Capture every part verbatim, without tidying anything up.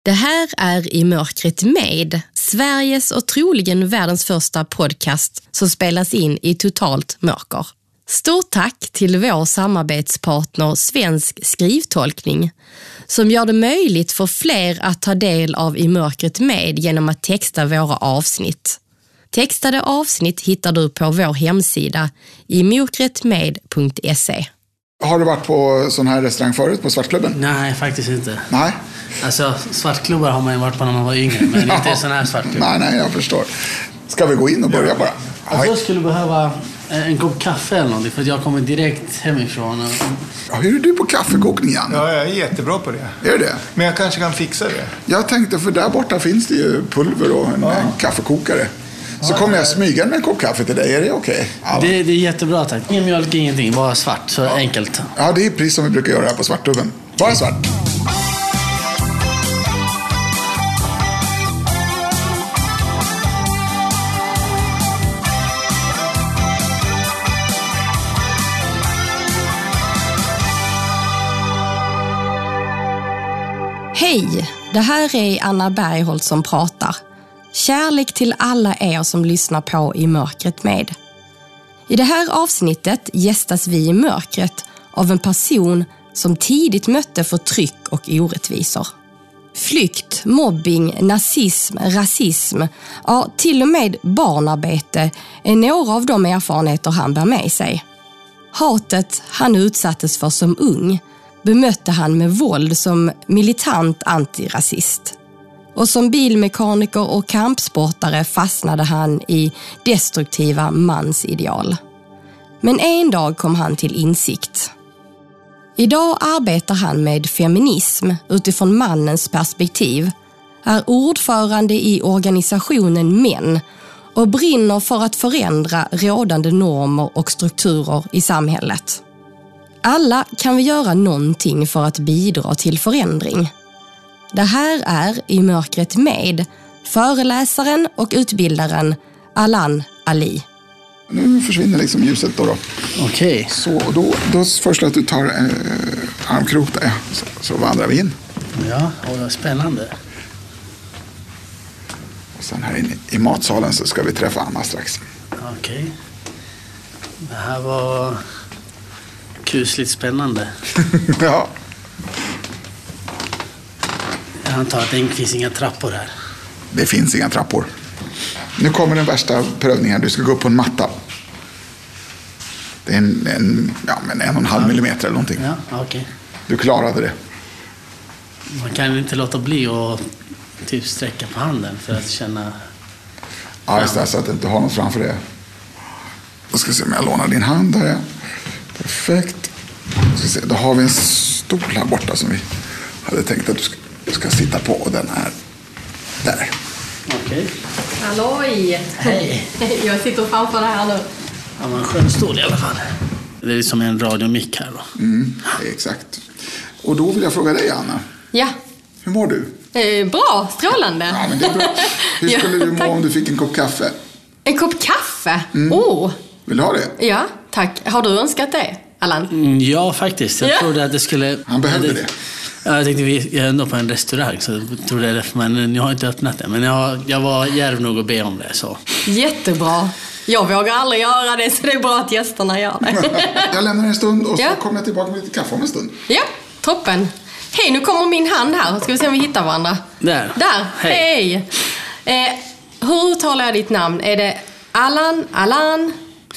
Det här är I mörkret med, Sveriges och troligen världens första podcast som spelas in i totalt mörker. Stort tack till vår samarbetspartner Svensk skrivtolkning som gör det möjligt för fler att ta del av I mörkret med genom att texta våra avsnitt. Textade avsnitt hittar du på vår hemsida i mörkretmed punkt se. Har du varit på sån här restaurang förut, på Svartklubben? Nej, faktiskt inte. Nej. Alltså, svartklubbar har man ju varit på när man var yngre, men ja. Inte sån här svartklubb. Nej, nej, jag förstår. Ska vi gå in och börja ja. bara? Alltså, jag skulle behöva en kopp kaffe eller någonting, för att jag kommer direkt hemifrån. Och... Ja, hur är du på kaffekokning, Janne? Ja, jag är jättebra på det. Är det? Men jag kanske kan fixa det. Jag tänkte, för där borta finns det ju pulver och en, ja. en kaffekokare. Så ja, kommer jag smyga med en kopp kaffe till dig, är det okej? Okay? Det, det är jättebra, tack. Ingen mjölk, ingenting, bara svart, så ja. enkelt. Ja, det är precis som vi brukar göra här på Svartklubben. Bara svart. Hej, det här är Anna Bergholt som pratar. Kärlek till alla er som lyssnar på I mörkret med. I det här avsnittet gästas vi i mörkret av en person som tidigt mötte förtryck och orättvisor. Flykt, mobbing, nazism, rasism, ja till och med barnarbete är några av de erfarenheter han bär med sig. Hatet han utsattes för som ung bemötte han med våld som militant antirasist. Och som bilmekaniker och kampsportare fastnade han i destruktiva mansideal. Men en dag kom han till insikt. Idag arbetar han med feminism utifrån mannens perspektiv, är ordförande i organisationen Män och brinner för att förändra rådande normer och strukturer i samhället. Alla kan vi göra någonting för att bidra till förändring. Det här är I mörkret med föreläsaren och utbildaren Allan Ali. Nu försvinner liksom ljuset då. då. Okej. Okay. Så då, då först att du tar eh, armkrok där, så, så vandrar vi in. Ja, och spännande. Och sen här inne i matsalen så ska vi träffa Anna strax. Okej. Okay. Det här var kusligt spännande. Ja. Jag antar att det finns inga trappor här. Det finns inga trappor. Nu kommer den värsta prövningen. Du ska gå upp på en matta. Det är en, en, ja, men en och en halv ja. millimeter eller någonting. Ja, okej. Okay. Du klarade det. Man kan inte låta bli att typ sträcka på handen för att känna... Ja, just det, så att du inte har något framför det. Då ska vi se om jag lånar din hand där. Perfekt. Ska se, då har vi en stol här borta som vi hade tänkt att du ska, du ska sitta på. Och den är där. Okej. Okay. Halloj! Hej! Jag sitter framför det här nu. Ja, men en skön stol i alla fall. Det är som en radiomick här då. Mm, exakt. Och då vill jag fråga dig, Anna. Ja. Hur mår du? Eh, bra, strålande. Ja, men det är bra. Hur skulle ja, du må tack. om du fick en kopp kaffe? En kopp kaffe? Mm. Oh! Vill du ha det? Ja, tack. Har du önskat det, Allan? Mm, ja, faktiskt. Jag ja. trodde att det skulle... Han behövde det. det. Ja, jag tänkte vi är ändå på en restaurang så jag trodde det därför, men jag har inte öppnat det. Men jag, jag var djärv nog att be om det. Så. Jättebra. Jag vågar aldrig göra det, så det är bra att gästerna gör det. Jag lämnar en stund och så ja. kommer jag tillbaka med lite kaffe om en stund. Ja, toppen. Hej, nu kommer min hand här. Ska vi se om vi hittar varandra. Där. Där, hej. hej. Eh, hur uttalar jag ditt namn? Är det Allan, Allan?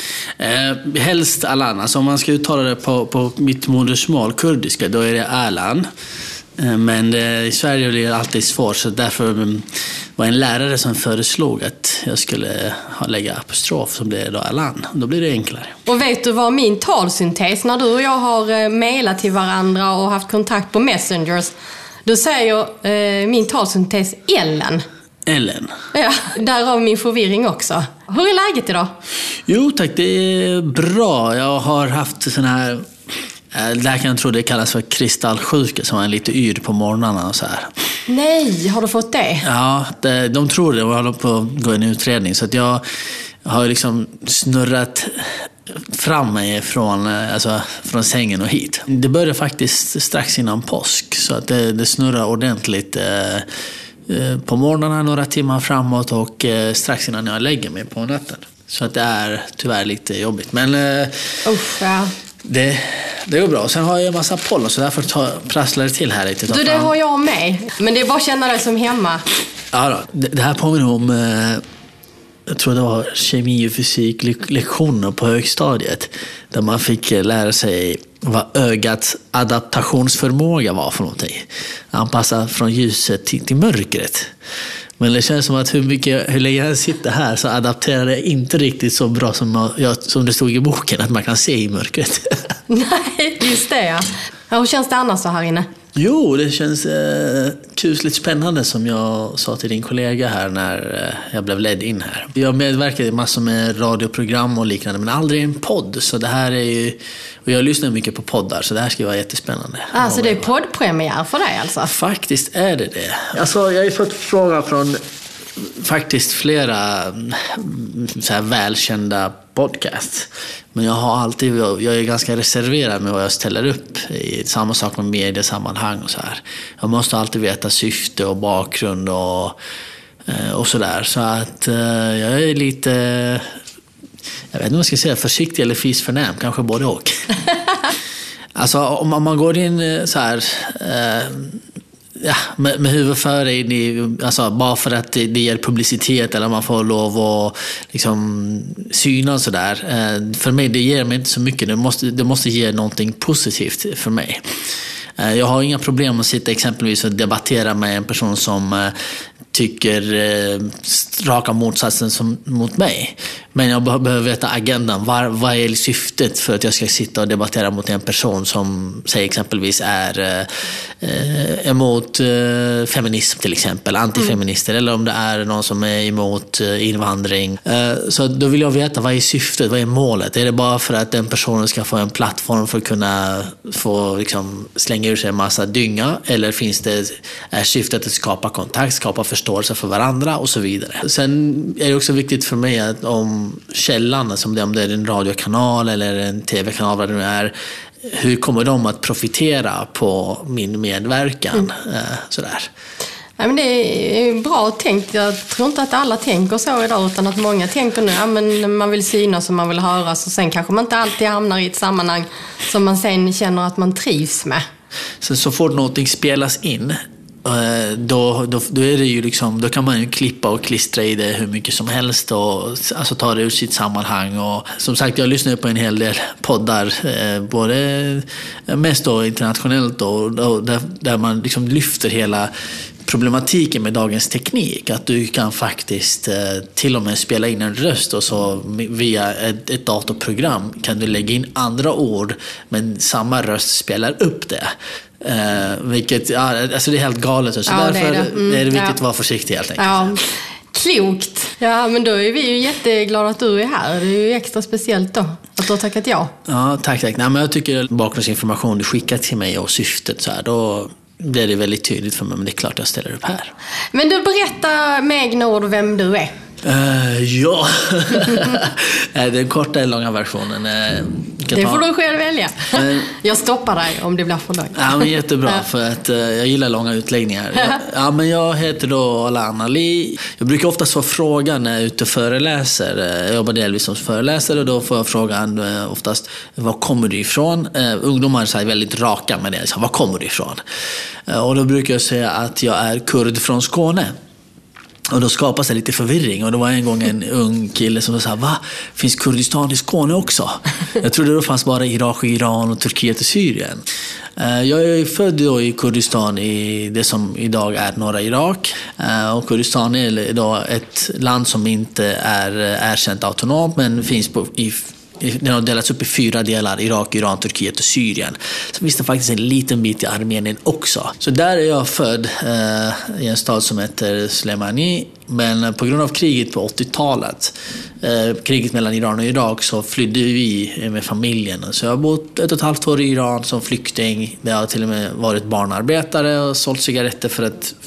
Eh, helst Allan. Alltså om man ska uttala det på, på mitt modersmål, kurdiska, då är det Allan. Eh, men det, i Sverige blir det alltid svårt, så därför um, var en lärare som föreslog att jag skulle ha, lägga apostrof som det är då Allan. Då blir det enklare. Och vet du vad min talsyntes, när du och jag har eh, mejlat till varandra och haft kontakt på Messengers, då säger eh, min talsyntes Ellen. Ellen. Ja, därav min förvirring också. Hur är läget idag? Jo tack, det är bra. Jag har haft sån här... Läkaren tror det kallas för kristallsjuka, som är lite yr på morgnarna och så här. Nej, har du fått det? Ja, det, de tror det och håller på att gå en utredning. Så att jag har liksom snurrat fram mig från, alltså, från sängen och hit. Det började faktiskt strax innan påsk, så att det, det snurrar ordentligt eh, på morgnarna några timmar framåt och eh, strax innan jag lägger mig på natten. Så att det är tyvärr lite jobbigt. Men eh, Uff, ja. det, det går bra. Sen har jag en massa pollen, så därför ta, prasslar det till här lite. Du, det har jag med. Men det är bara att känna dig som hemma. Ja då. Det, det här påminner om... Eh, jag tror det var kemi- och fysiklektioner på högstadiet. Där man fick lära sig vad ögats adaptationsförmåga var för någonting. Anpassa från ljuset till, till mörkret. Men det känns som att hur, mycket, hur länge jag sitter här så adapterar det inte riktigt så bra som, jag, som det stod i boken. Att man kan se i mörkret. Nej, just det ja. Ja, hur känns det annars så här inne? Jo, det känns eh, kusligt spännande, som jag sa till din kollega här när eh, jag blev ledd in här. Jag medverkar i massor med radioprogram och liknande, men aldrig en podd. Så det här är ju, och jag lyssnar mycket på poddar, så det här ska vara jättespännande. Alltså det är poddpremiär för dig alltså? Faktiskt är det det. Alltså jag har ju fått fråga från faktiskt flera så här välkända podcasts. Men jag har alltid, jag är ganska reserverad med vad jag ställer upp i samma sak med mediesammanhang och så här. Jag måste alltid veta syfte och bakgrund och, och sådär. Så att jag är lite, jag vet inte vad jag ska säga, försiktig eller fisförnäm, kanske både och. Alltså om man går in så här... Ja, med, med huvudet före in alltså bara för att det, det ger publicitet eller man får lov att liksom syna och sådär. För mig, det ger mig inte så mycket. Det måste, det måste ge någonting positivt för mig. Jag har inga problem att sitta exempelvis och debattera med en person som tycker eh, raka motsatsen som, mot mig. Men jag behöver veta agendan. Var, vad är syftet för att jag ska sitta och debattera mot en person som säg exempelvis är eh, emot eh, feminism till exempel, antifeminister, mm. eller om det är någon som är emot eh, invandring. Eh, så då vill jag veta vad är syftet, vad är målet? Är det bara för att den personen ska få en plattform för att kunna få liksom, slänga ur sig en massa dynga, eller finns det är syftet att skapa kontakt, skapa förståelse för varandra och så vidare. Sen är det också viktigt för mig att om källan, som det, om det är en radiokanal eller en tv-kanal, vad det nu är, hur kommer de att profitera på min medverkan? Mm. Sådär. Ja, men det är bra tänkt. Jag tror inte att alla tänker så idag, utan att många tänker nu, ja, men man vill synas och man vill höras, och sen kanske man inte alltid hamnar i ett sammanhang som man sen känner att man trivs med. Så, så fort någonting spelas in, Då, då, då är det ju liksom, då kan man ju klippa och klistra i det hur mycket som helst och alltså ta det ur sitt sammanhang. Och som sagt, jag lyssnar på en hel del poddar, eh, både mest då internationellt då, då, där, där man liksom lyfter hela problematiken med dagens teknik, att du kan faktiskt eh, till och med spela in en röst och så via ett, ett datorprogram kan du lägga in andra ord, men samma röst spelar upp det. Eh, vilket, ja, alltså det är helt galet. Så ja, därför det är, det. Mm, är det viktigt ja. att vara försiktig helt enkelt. Ja, klokt. Ja, men då är vi ju jätteglada att du är här. Det är ju extra speciellt då, att du har tackat ja. Ja, tack, tack. Nej, men jag tycker bakgrundsinformation du skickar till mig och syftet så här, då blir det väldigt tydligt för mig, men det är klart jag ställer upp här. Men du, berätta med egna ord vem du är. Uh, ja, den korta eller långa versionen. Uh, det får ta... du själv välja. Uh, jag stoppar dig om det blir för långt. Ja, men jättebra, för att uh, jag gillar långa utläggningar. Jag, ja, men jag heter då Allan Ali. Jag brukar oftast få frågan när jag är ute och föreläser. Jag jobbar delvis som föreläsare, och då får jag frågan uh, oftast, var kommer du ifrån? Uh, ungdomar är väldigt raka med det. Så, var kommer du ifrån? Uh, och då brukar jag säga att jag är kurd från Skåne. Och då skapas det lite förvirring. Och det var en gång en ung kille som sa, va? Finns Kurdistan i Skåne också? Jag trodde det fanns bara Irak och Iran och Turkiet och Syrien. Jag är född då i Kurdistan, i det som idag är norra Irak. Och Kurdistan är då ett land som inte är erkänt autonomt, men finns på, i den har delats upp i fyra delar: Irak, Iran, Turkiet och Syrien. Så finns det faktiskt en liten bit i Armenien också. Så där är jag född eh, i en stad som heter Slemani. Men på grund av kriget på åttiotalet, eh, kriget mellan Iran och Irak, så flydde vi med familjen. Så jag har bott ett och ett halvt år i Iran som flykting. Där jag har till och med varit barnarbetare och sålt cigaretter för att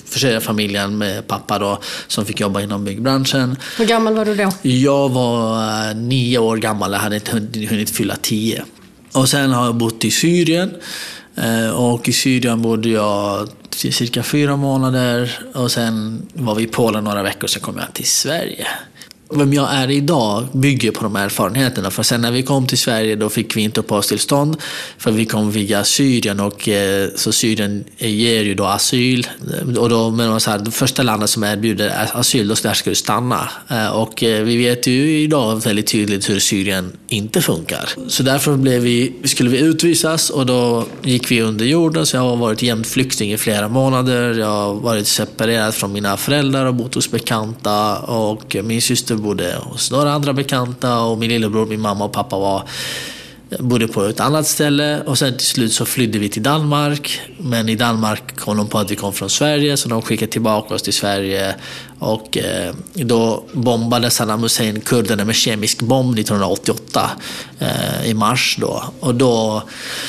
försörja familjen med pappa då, som fick jobba inom byggbranschen. Hur gammal var du då? Jag var uh, nio år gammal, jag hade inte hunnit fylla tio. Och sen har jag bott i Syrien. Uh, och i Syrien bodde jag cirka fyra månader. Och sen var vi i Polen några veckor, så kom jag till Sverige. Vem jag är idag bygger på de här erfarenheterna. För sen när vi kom till Sverige, då fick vi inte uppehållstillstånd. För vi kom via Syrien, och eh, så Syrien ger ju då asyl. Och då med de så här, det första landet som erbjuder asyl, då där ska du stanna. Eh, och eh, vi vet ju idag väldigt tydligt hur Syrien inte funkar. Så därför blev vi, skulle vi utvisas, och då gick vi under jorden. Så jag har varit jämt flykting i flera månader. Jag har varit separerad från mina föräldrar och bott hos bekanta. Och min syster bodde hos några andra bekanta, och min lillebror, min mamma och pappa var, bodde på ett annat ställe. Och sen till slut så flydde vi till Danmark. Men i Danmark kom de på att vi kom från Sverige, så de skickade tillbaka oss till Sverige. Och eh, då bombade Saddam Hussein kurderna med kemisk bomb nittonhundraåttioåtta eh, i mars då. Och då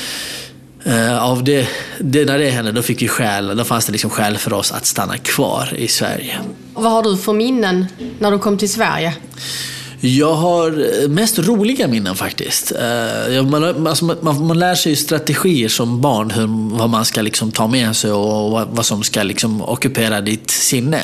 Uh, av det, det, när det hände, då fick vi skäl, då fanns det liksom skäl för oss att stanna kvar i Sverige. Vad har du för minnen när du kom till Sverige? Jag har mest roliga minnen faktiskt. Uh, man, alltså, man, man lär sig strategier som barn, hur, vad man ska liksom ta med sig och vad, vad som ska liksom ockupera ditt sinne.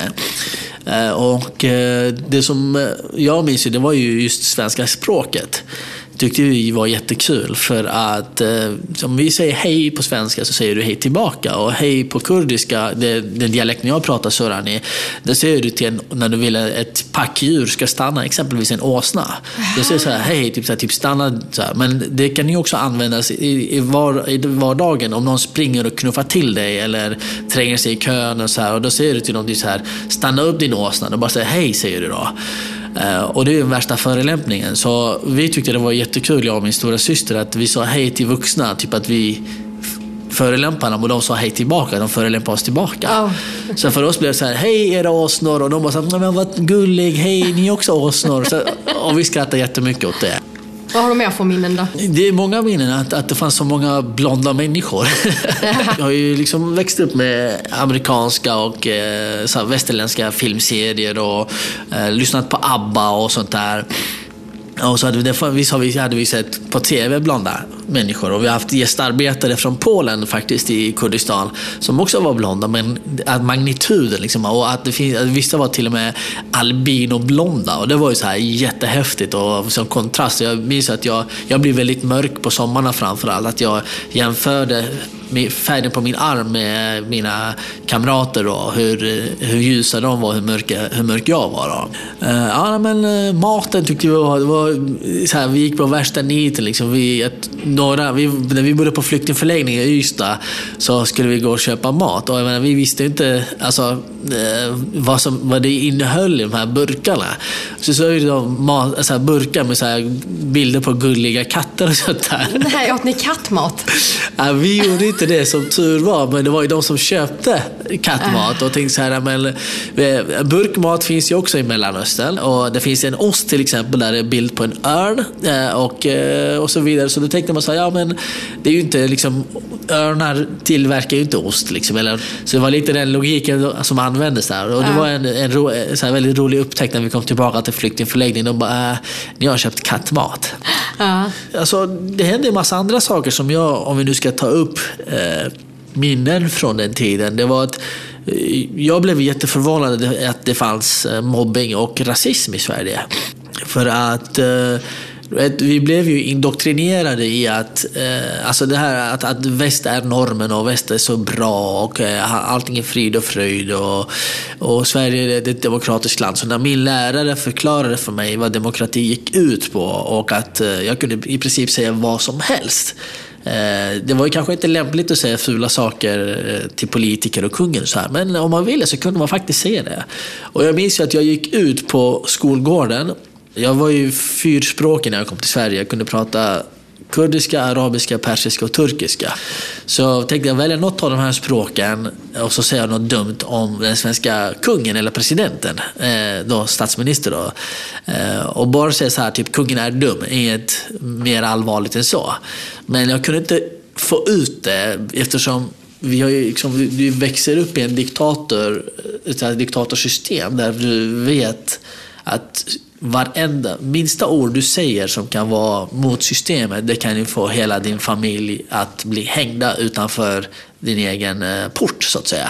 Uh, och uh, det som jag minns, det var ju just svenska språket. Tyckte vi var jättekul, för att eh, om vi säger hej på svenska, så säger du hej tillbaka, och hej på kurdiska, det, den dialekten jag pratar Sorani, det säger du till en, när du vill ett packdjur ska stanna, exempelvis en åsna. Det säger så här, hej, typ, så här, typ stanna så här. Men det kan ju också användas i, i, var, i vardagen, om någon springer och knuffar till dig eller tränger sig i kön och så här, och då säger du till någon så här, stanna upp din åsna, och bara säger hej, säger du då. Uh, och det är den värsta förelämpningen. Så vi tyckte det var jättekul, jag och min stora syster, att vi sa hej till vuxna. Typ att vi förelämpade dem, och de sa hej tillbaka. De förelämpade oss tillbaka. Oh. Så för oss blev det så här, hej era åsnor. Och de bara så här, men vad gullig, hej ni är också åsnor. Så, och vi skrattade jättemycket åt det. Vad har du mer för minnen då? Det är många minnen, att, att det fanns så många blonda människor. Jag har ju liksom växt upp med amerikanska och eh, så här, västerländska filmserier och eh, lyssnat på ABBA och sånt där. Och så hade vi, det, så hade vi sett på tv blonda människor, och vi har haft gästarbetare från Polen faktiskt i Kurdistan som också var blonda, men att magnituden liksom, och att det finns, att vissa var till och med albinoblonda, och det var ju så här jättehäftigt, och som kontrast. Jag minns att jag, jag blev väldigt mörk på sommarna, framförallt att jag jämförde färgen på min arm med mina kamrater och hur, hur ljusa de var, hur mörka, hur mörk jag var då. Uh, ja, men uh, maten tyckte vi var, det var så här, vi gick på värsta niten liksom. Vi, ett, några, vi, när vi bodde på flyktingförläggningen i Ystad, så skulle vi gå och köpa mat, och jag menar, vi visste inte alltså, uh, vad, som, vad det innehöll i de här burkarna. Så så är det mat, så här, burkar med så här, bilder på gulliga katter och sånt där. Nej, åt ni kattmat? Ja, vi gjorde inte det, som tur var, men det var ju de som köpte kattmat och tänkte så här, men burkmat finns ju också i Mellanöstern, och det finns en ost till exempel där det är bild på en örn och, och så vidare, så då tänkte man så här, ja men det är ju inte liksom, örnar tillverkar ju inte ost liksom, eller, så det var lite den logiken som användes där, och det var en, en ro, så här väldigt rolig upptäckt när vi kom tillbaka till flyktingförläggningen. De bara, äh, ni har köpt kattmat. Ja. Alltså, det hände en massa andra saker som jag, om vi nu ska ta upp eh, minnen från den tiden, det var att eh, jag blev jätteförvånad att det fanns eh, mobbing och rasism i Sverige. För att eh, vi blev ju indoktrinerade i att eh, alltså det här att, att väst är normen och väst är så bra och eh, allting är frid och fröjd och, och Sverige är ett demokratiskt land. Så när min lärare förklarade för mig vad demokrati gick ut på och att eh, jag kunde i princip säga vad som helst. Det var ju kanske inte lämpligt att säga fula saker till politiker och kungen och så här, men om man ville så kunde man faktiskt säga det. Och jag minns ju att jag gick ut på skolgården. Jag var ju fyrspråkig när jag kom till Sverige. Jag kunde prata kurdiska, arabiska, persiska och turkiska. Så tänkte jag välja något av de här språken och så säger jag något dumt om den svenska kungen eller presidenten, då statsminister då. Och bara säga så här, typ kungen är dum, inget mer allvarligt än så. Men jag kunde inte få ut det eftersom vi har ju liksom, du växer upp i en diktator, ett här diktatorsystem där du vet att varenda minsta ord du säger som kan vara mot systemet, det kan ju få hela din familj att bli hängda utanför din egen port, så att säga.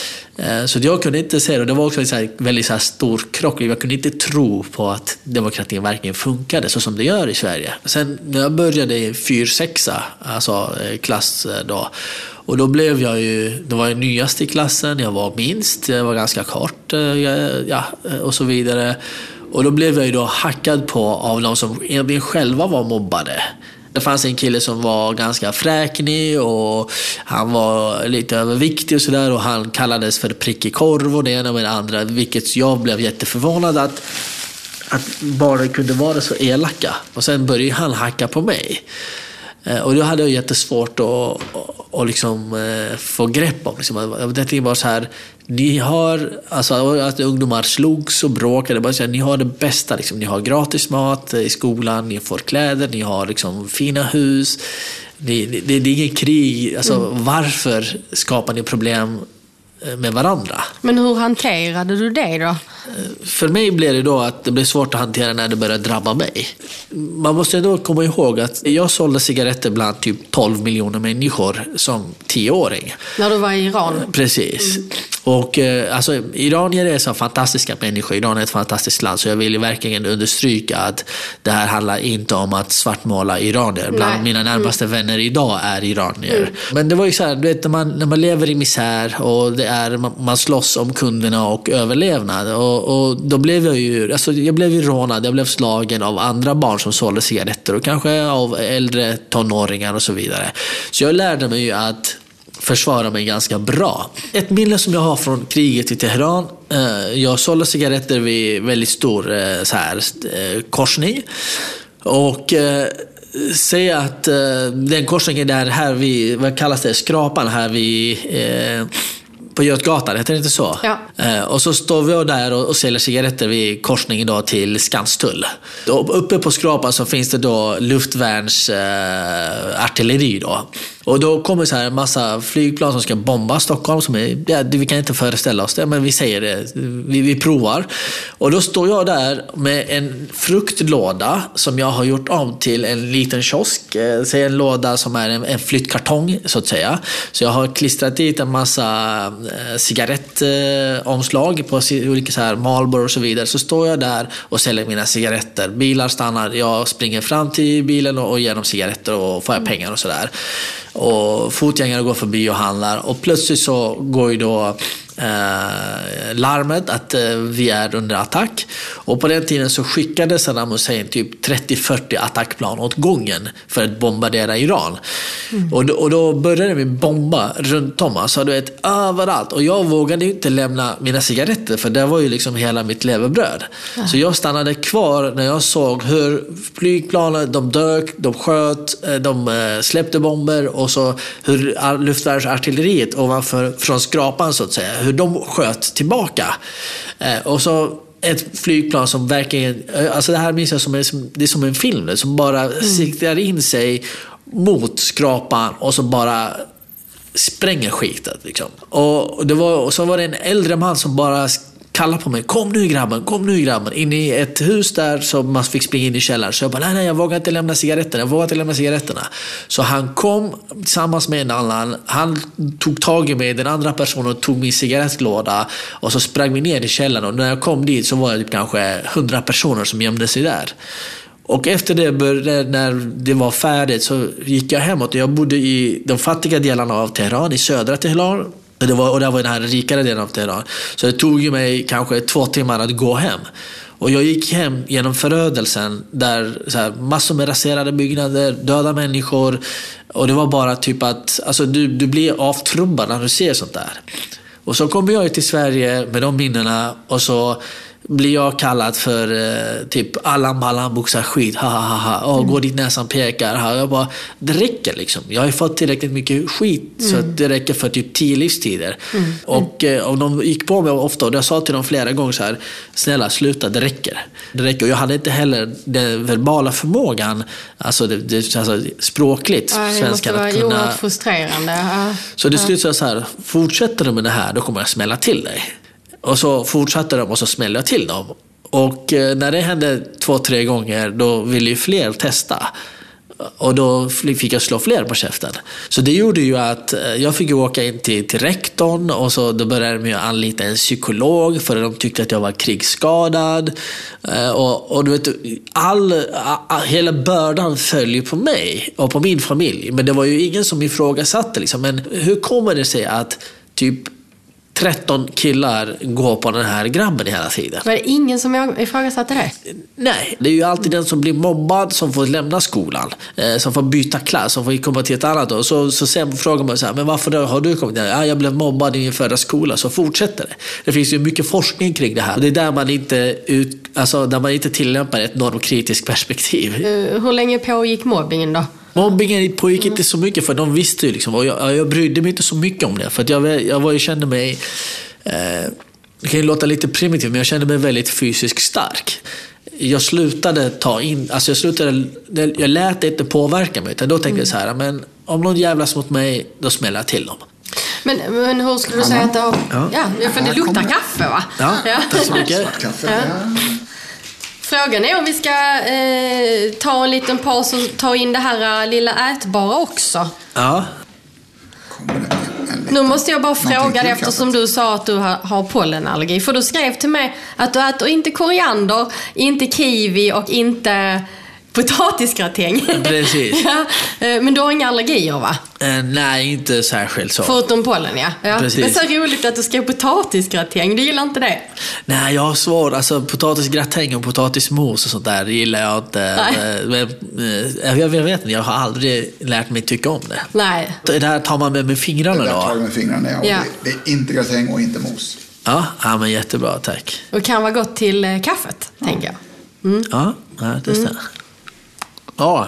Så jag kunde inte se det, och det var också en så här väldigt så här stor krock. Jag kunde inte tro på att demokratin verkligen funkade så som det gör i Sverige. Sen när jag började i fyra sexa, alltså klass då, och då blev jag ju, då var jag nyast i klassen, jag var minst, jag var ganska kort, ja, och så vidare. Och då blev jag ju då hackad på av de som egentligen själva var mobbade. Det fanns en kille som var ganska fräknig och han var lite överviktig och sådär, och han kallades för prickig korv och det ena med det andra, vilket jag blev jätteförvånad att, att barnen kunde vara så elaka. Och sen började han hacka på mig. Och då hade jag jättesvårt att, att, att liksom få grepp om. Liksom. Det var så här, ni har, alltså att ungdomar slogs och bråkade, bara så här, ni har det bästa. Liksom. Ni har gratis mat i skolan, ni får kläder, ni har liksom fina hus. Det, det, det är ingen krig. Alltså, mm. Varför skapar ni problem med varandra? Men hur hanterade du det då? För mig blev det då att det blev svårt att hantera när det började drabba mig. Man måste ändå komma ihåg att jag sålde cigaretter bland typ tolv miljoner människor som tioåring. När du var i Iran? Precis. Mm. Och alltså, iranier är så fantastiska människor. Iran är ett fantastiskt land, så jag vill verkligen understryka att det här handlar inte om att svartmåla iranier. Bland Nej. mina närmaste mm. vänner idag är iranier. Mm. Men det var ju så här, du vet, när man, när man lever i misär och det är, man, man slåss om kunderna och överlevnad. Och, och då blev jag ju, alltså jag blev ju rånad, jag blev slagen av andra barn som sålde cigaretter och kanske av äldre tonåringar och så vidare. Så jag lärde mig ju att försvara mig ganska bra. Ett minne som jag har från kriget i Teheran, eh, jag sålde cigaretter vid väldigt stor eh, så här, eh, korsning, och eh, säga att eh, den korsningen där här vid, vad kallas det, skrapan här vid eh, på Götgatan, heter det inte så? Ja. Eh, och så står vi där och, och säljer cigaretter vid korsningen då till Skanstull. Då, uppe på skrapan så finns det då luftvärns eh, artilleri då. Och då kommer så här en massa flygplan som ska bomba Stockholm. Som är, ja, vi kan inte föreställa oss det, men vi säger det. Vi, vi provar. Och då står jag där med en fruktlåda som jag har gjort om till en liten kiosk. Eh, så en låda som är en, en flyttkartong, så att säga. Så jag har klistrat dit en massa eh, cigarettomslag eh, på olika så här Marlboro och så vidare. Så står jag där och säljer mina cigaretter. Bilar stannar. Jag springer fram till bilen och, och ger dem cigaretter och får jag pengar och sådär. Och fotgängare går förbi och handlar, och plötsligt så går ju då eh, larmet att eh, vi är under attack, och på den tiden så skickade Saddam Hussein typ trettio till fyrtio attackplan åt gången för att bombardera Iran. Mm. och, då, och då började vi bomba runt om, alltså du vet, överallt, och jag vågade inte lämna mina cigaretter, för det var ju liksom hela mitt levebröd. Ja. Så jag stannade kvar när jag såg hur flygplanen, de dök, de sköt, de släppte bomber, och så hur luftvärnsartilleriet ovanför från skrapan, så att säga, hur de sköt tillbaka. Eh, och så ett flygplan som verkligen, alltså det här minns jag som, är, det är som en film som bara mm. siktar in sig mot skrapan och så bara spränger skitet liksom. Och det var, och så var det en äldre man som bara kallade på mig, kom nu grabben, kom nu grabben, in i ett hus där som man fick springa in i källaren. Så jag bara, nej nej, jag vågar inte lämna cigaretterna, jag vågar inte lämna cigaretterna. Så han kom tillsammans med en annan, han tog tag i mig, den andra personen tog min cigarettlåda, och så sprang vi ner i källaren, och när jag kom dit så var det typ kanske hundra personer som gömde sig där. Och efter det började, när det var färdigt, så gick jag hemåt. Jag bodde i de fattiga delarna av Teheran, i södra Teheran. Det var, och det var den här rikare delen av Teheran. Så det tog ju mig kanske två timmar att gå hem. Och jag gick hem genom förödelsen, där så här, massor med raserade byggnader, döda människor. Och det var bara typ att alltså, du, du blir avtrubbad när du ser sånt där. Och så kom jag till Sverige med de minnena, och så blir jag kallad för eh, typ Allan Ballan boxar skit, ha ha ha ha, och mm. går dit näsan pekar, ha. Jag bara, det räcker liksom. Jag har ju fått tillräckligt mycket skit mm. så att det räcker för typ tio livstider. Mm. Och, eh, och de gick på mig ofta, och jag sa till dem flera gånger så här: snälla sluta, det räcker. Det räcker. Och jag hade inte heller den verbala förmågan, alltså, det, det, alltså språkligt, ja, det måste vara kunna... oerhört frustrerande. Ja. Så det slutar så här: fortsätter du med det här, då kommer jag smälla till dig. Och så fortsatte de, och så smällde jag till dem. Och eh, när det hände två, tre gånger, då ville ju fler testa. Och då fick jag slå fler på käften. Så det gjorde ju att jag fick åka in till, till rektorn, och så då började de ju anlita en psykolog för att de tyckte att jag var krigsskadad. Och, och du vet, all, all, hela bördan följer på mig och på min familj. Men det var ju ingen som ifrågasatte liksom. Men hur kommer det sig att typ tretton killar går på den här grabben hela tiden? Var det ingen som ifrågasatte det? Nej, det är ju alltid den som blir mobbad som får lämna skolan, eh, som får byta klass, som får komma till ett annat. Och så, så sen frågar man så här: men varför då har du kommit där? Ja, jag blev mobbad i min förra skola. Så fortsätter det. Det finns ju mycket forskning kring det här. Det är där man inte, ut, alltså, där man inte tillämpar ett normkritiskt perspektiv. Uh, hur länge pågick mobbingen då? Mobbingen pågick inte så mycket, för de visste ju liksom, och jag, jag brydde mig inte så mycket om det, för att jag, jag var ju, kände mig eh, det kan ju låta lite primitivt, men jag kände mig väldigt fysiskt stark. Jag slutade ta in, alltså jag slutade, jag lät det inte påverka mig, utan då tänkte mm. jag så här: men om någon jävlas mot mig, då smäller jag till dem. Men, men hur skulle du säga att det har... Ja, ja för det luktar kaffe, va? Ja, ja. Tack så mycket. Kaffe, ja. Frågan är om vi ska eh, ta en liten paus och ta in det här lilla ätbara också. Ja. Nu måste jag bara fråga dig, eftersom du sa att du har, har pollenallergi. För du skrev till mig att du äter inte koriander, inte kiwi och inte potatisgratäng. Precis. Ja, men du har inga allergier, va? Eh, nej, inte särskilt så. Förutom pollen, ja. ja. Precis. Men så roligt att du skrev potatisgratäng. Du gillar inte det? Nej, jag har svårt. Alltså potatisgratäng och potatismos och sånt där, det gillar jag inte. Men, jag, jag vet inte, jag har aldrig lärt mig tycka om det. Nej. Det där tar man med, med fingrarna då? Det där tar med fingrarna, ja. ja. Det, det är inte gratäng och inte mos. Ja, ja, men jättebra, tack. Och kan vara gott till eh, kaffet, ja. tänker jag. Mm. Ja, ja, det stämmer. Mm. Ja.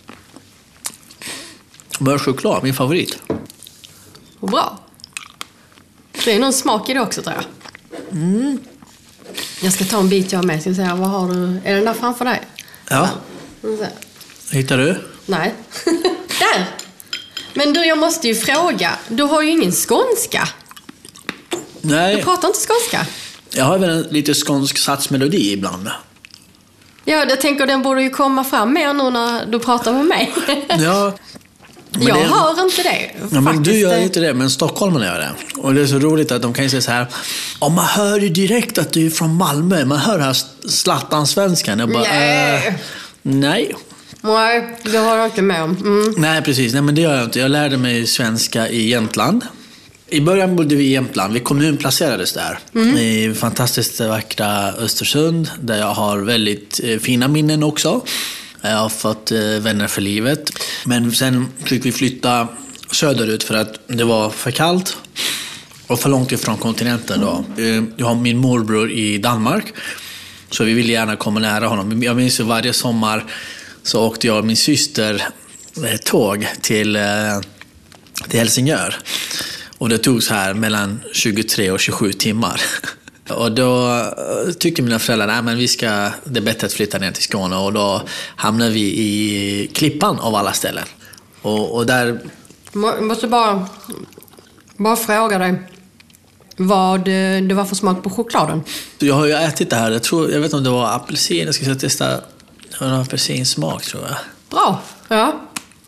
Mörchoklad, min favorit. Och bra. Det är någon smak i det också, tror jag. Mm. Jag ska ta en bit jag med. Ska jag säga, vad har du? Är den där framför dig? Ja. ja. Hittar du? Nej. Där. Men du, jag måste ju fråga. Du har ju ingen skånska. Nej. Du pratar inte skånska. Jag har väl en lite skånsk satsmelodi ibland. Ja, jag tänker den borde ju komma fram mer nu när du pratar med mig. Ja. Men jag det, hör inte det. Ja, men du gör inte det, men stockholmarna gör det. Och det är så roligt att de kan säga så här: om man hör ju direkt att du är från Malmö. Man hör här slattan-svenskan. Jag bara, nej. Äh, nej. Nej, det har jag inte med om. Mm. Nej, precis. Nej, men det gör jag inte. Jag lärde mig svenska i Jämtland. I början bodde vi i Jämtland. Vi kommunplacerades där. Mm. I fantastiskt vackra Östersund. Där jag har väldigt eh, fina minnen också. Jag har fått eh, vänner för livet. Men sen fick vi flytta söderut för att det var för kallt. Och för långt ifrån kontinenten då. Eh, jag har min morbror i Danmark. Så vi ville gärna komma nära honom. Jag minns ju varje sommar så åkte jag och min syster eh, tåg till, eh, till Helsingör. Och det tog så här mellan tjugotre och tjugosju timmar. Och då tyckte mina föräldrar, nej men vi ska, det är bättre att flytta ner till Skåne. Och då hamnade vi i Klippan av alla ställen. Och, och där... Jag måste bara, bara fråga dig vad det var för smak på chokladen. Jag har ju ätit det här, jag, tror, jag vet inte om det var apelsin. Jag ska testa, det var en apelsinsmak tror jag. Bra, ja.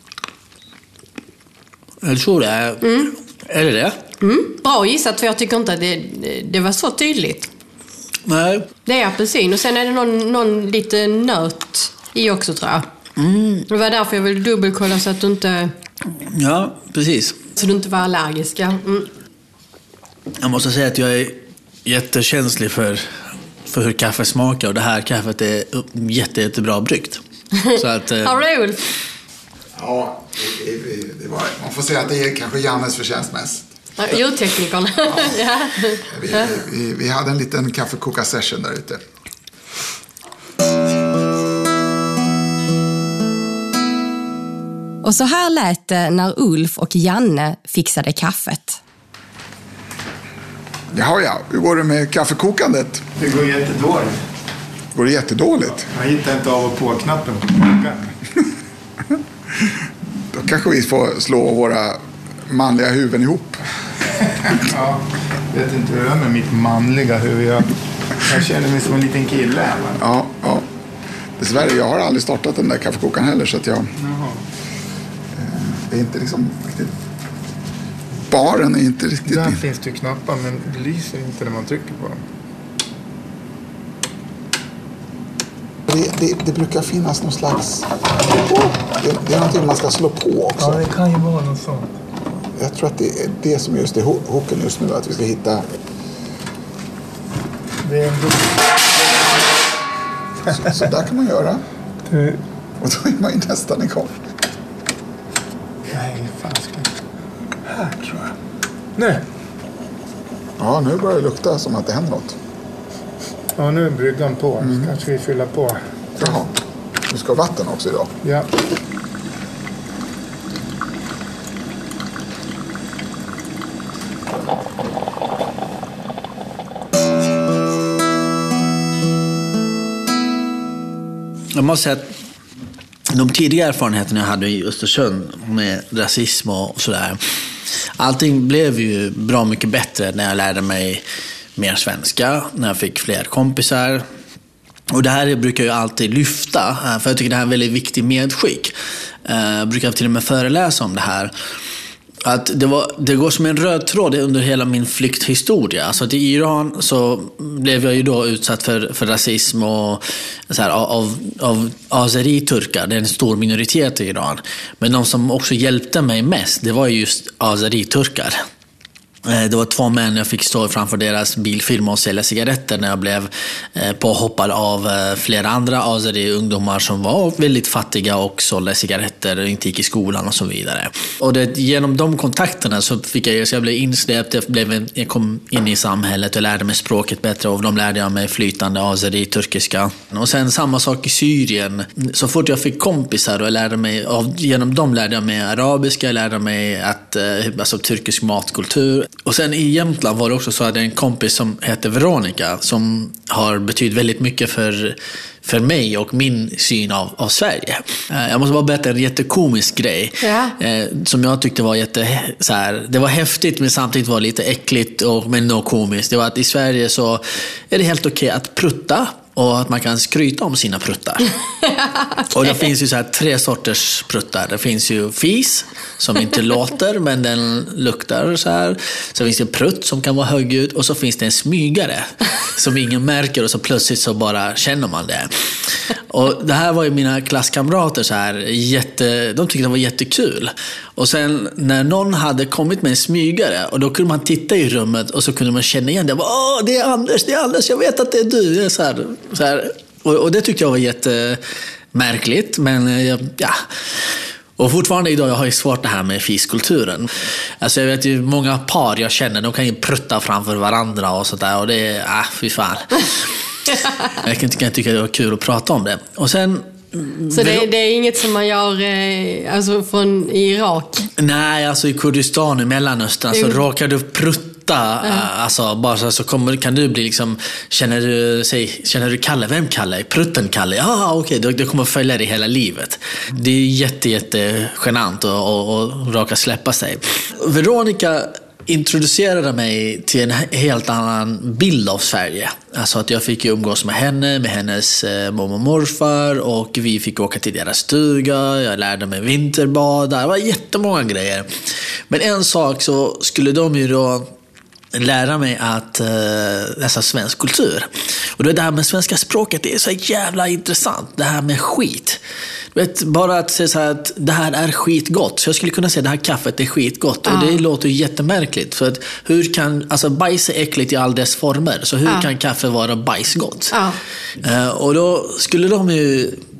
Jag tror det är... Mm. Är det det? Mm, bra gissat, för jag tycker inte att det, det var så tydligt. Nej. Det är apelsin och sen är det någon, någon lite nöt i också, tror jag. Mm. Det var därför jag ville dubbelkolla så att du inte... Ja, precis. Så du inte var allergisk. Mm. Jag måste säga att jag är jättekänslig för, för hur kaffe smakar. Och det här kaffet är jätte, jättebra bryggt. Så att... eh... Har du Ulf? Ja, det, det, det var, man får säga att det är kanske Jannes förtjänst mest. Ljudteknikerna. Ja. Vi, vi, vi hade en liten kaffekoka-session där ute. Och så här lät det när Ulf och Janne fixade kaffet. Jaha, ja. Hur går det med kaffekokandet? Det går jättedåligt. Går det jättedåligt? Jag hittar inte av och på-knappen på klockan. Då kanske vi får slå våra manliga huvuden ihop. Ja, jag vet inte hur det är med mitt manliga huvud. Jag, jag känner mig som en liten kille här. Va? Ja, ja. Dessvärre, jag har aldrig startat den där kaffekokaren heller, så att jag... Jaha. Det är inte liksom riktigt... Baren är inte riktigt... Där finns det ju knappar, men det lyser inte när man trycker på dem. Det, det, det brukar finnas någon slags... Oh, det, det är någonting man ska slå på också. Ja, det kan ju vara något sånt. Jag tror att det är det som just är hoken just nu, att vi ska hitta... Det är ändå... Så, så där kan man göra. Det... Och då är man ju nästan igång. Nej, fasken. Här tror jag. Nej. Ja, nu börjar det lukta som att det händer något. Ja, nu är bryggan på. Mm. Kanske vi fylla på. Jaha. Du ska ha vatten också idag. Ja. Jag måste säga att de tidiga erfarenheterna jag hade i Östersund med rasism och sådär, allting blev ju bra mycket bättre när jag lärde mig mer svenska, när jag fick fler kompisar. Och det här brukar jag alltid lyfta, för jag tycker det här är en väldigt viktig medskick. Jag brukar till och med föreläsa om det här. Att det, var, det går som en röd tråd under hela min flykthistoria. Alltså att i Iran så blev jag ju då utsatt för, för rasism och så här, av, av azeri-turkar. Det är en stor minoritet i Iran. Men de som också hjälpte mig mest, det var just azeri-turkar. Det var två män, jag fick stå framför deras bilfirma och sälja cigaretter när jag blev påhoppad av flera andra azeri-ungdomar som var väldigt fattiga och sålde cigaretter och inte gick i skolan och så vidare. Och det, genom de kontakterna så fick jag, så jag blev insläppt, jag, blev, jag kom in i samhället och lärde mig språket bättre, och de lärde jag mig flytande azeri-turkiska. Och sen samma sak i Syrien. Så fort jag fick kompisar och jag lärde mig, av, genom dem lärde jag mig arabiska, jag lärde mig att, alltså, turkisk matkultur. Och sen i Jämtland var det också så att en kompis som heter Veronica som har betytt väldigt mycket för, för mig och min syn av, av Sverige. Jag måste bara berätta en jättekomisk grej ja. eh, som jag tyckte var jätte, så här, det var häftigt men samtidigt var lite äckligt och, men nog komiskt. Det var att i Sverige så är det helt okej att prutta och att man kan skryta om sina pruttar. Okay. Och det finns ju så här tre sorters pruttar. Det finns ju fis som inte låter men den luktar så här. Så finns det prutt som kan vara högljudd, och så finns det en smygare som ingen märker och så plötsligt så bara känner man det. Och det här var ju mina klasskamrater så här jätte, de tyckte det var jättekul. Och sen när någon hade kommit med en smygare, och då kunde man titta i rummet och så kunde man känna igen det. Åh, det är Anders, det är Anders, jag vet att det är du. Det är så här, så här. Och, och det tyckte jag var jättemärkligt, men ja. Och fortfarande idag jag har ju svårt det här med fiskulturen. Alltså jag vet ju många par jag känner, de kan ju prutta framför varandra och sådär, och det är, ah, fy fan. Jag kan tycka, tycka det var kul att prata om det. Och sen... Så det, det är inget som man gör eh, alltså från Irak? Nej, alltså i Kurdistan i Mellanöstern så alltså, råkar du prutta uh-huh. alltså bara så, så kommer, kan du bli liksom, känner du säg, känner du Kalle, vem Kalle? Prutten Kalle? Ja, okej, okay, det kommer följa dig hela livet. Det är jätte, jätte genant att och, och råka släppa sig. Veronica introducerade mig till en helt annan bild av Sverige. Alltså att jag fick umgås med henne, med hennes eh, mormor och morfar, och vi fick åka till deras stuga, jag lärde mig vinterbada, det var jättemånga grejer. Men en sak så skulle de ju då lära mig att uh, läsa svensk kultur. Och det här med svenska språket, det är så jävla intressant. Det här med skit. Du vet, bara att säga så här att det här är skitgott. Så jag skulle kunna säga att det här kaffet är skitgott. Och det låter ju jättemärkligt. För att hur kan, alltså bajs är äckligt i all dess former. Så hur ja. kan kaffe vara bajsgott? Ja. Uh, och då skulle de ju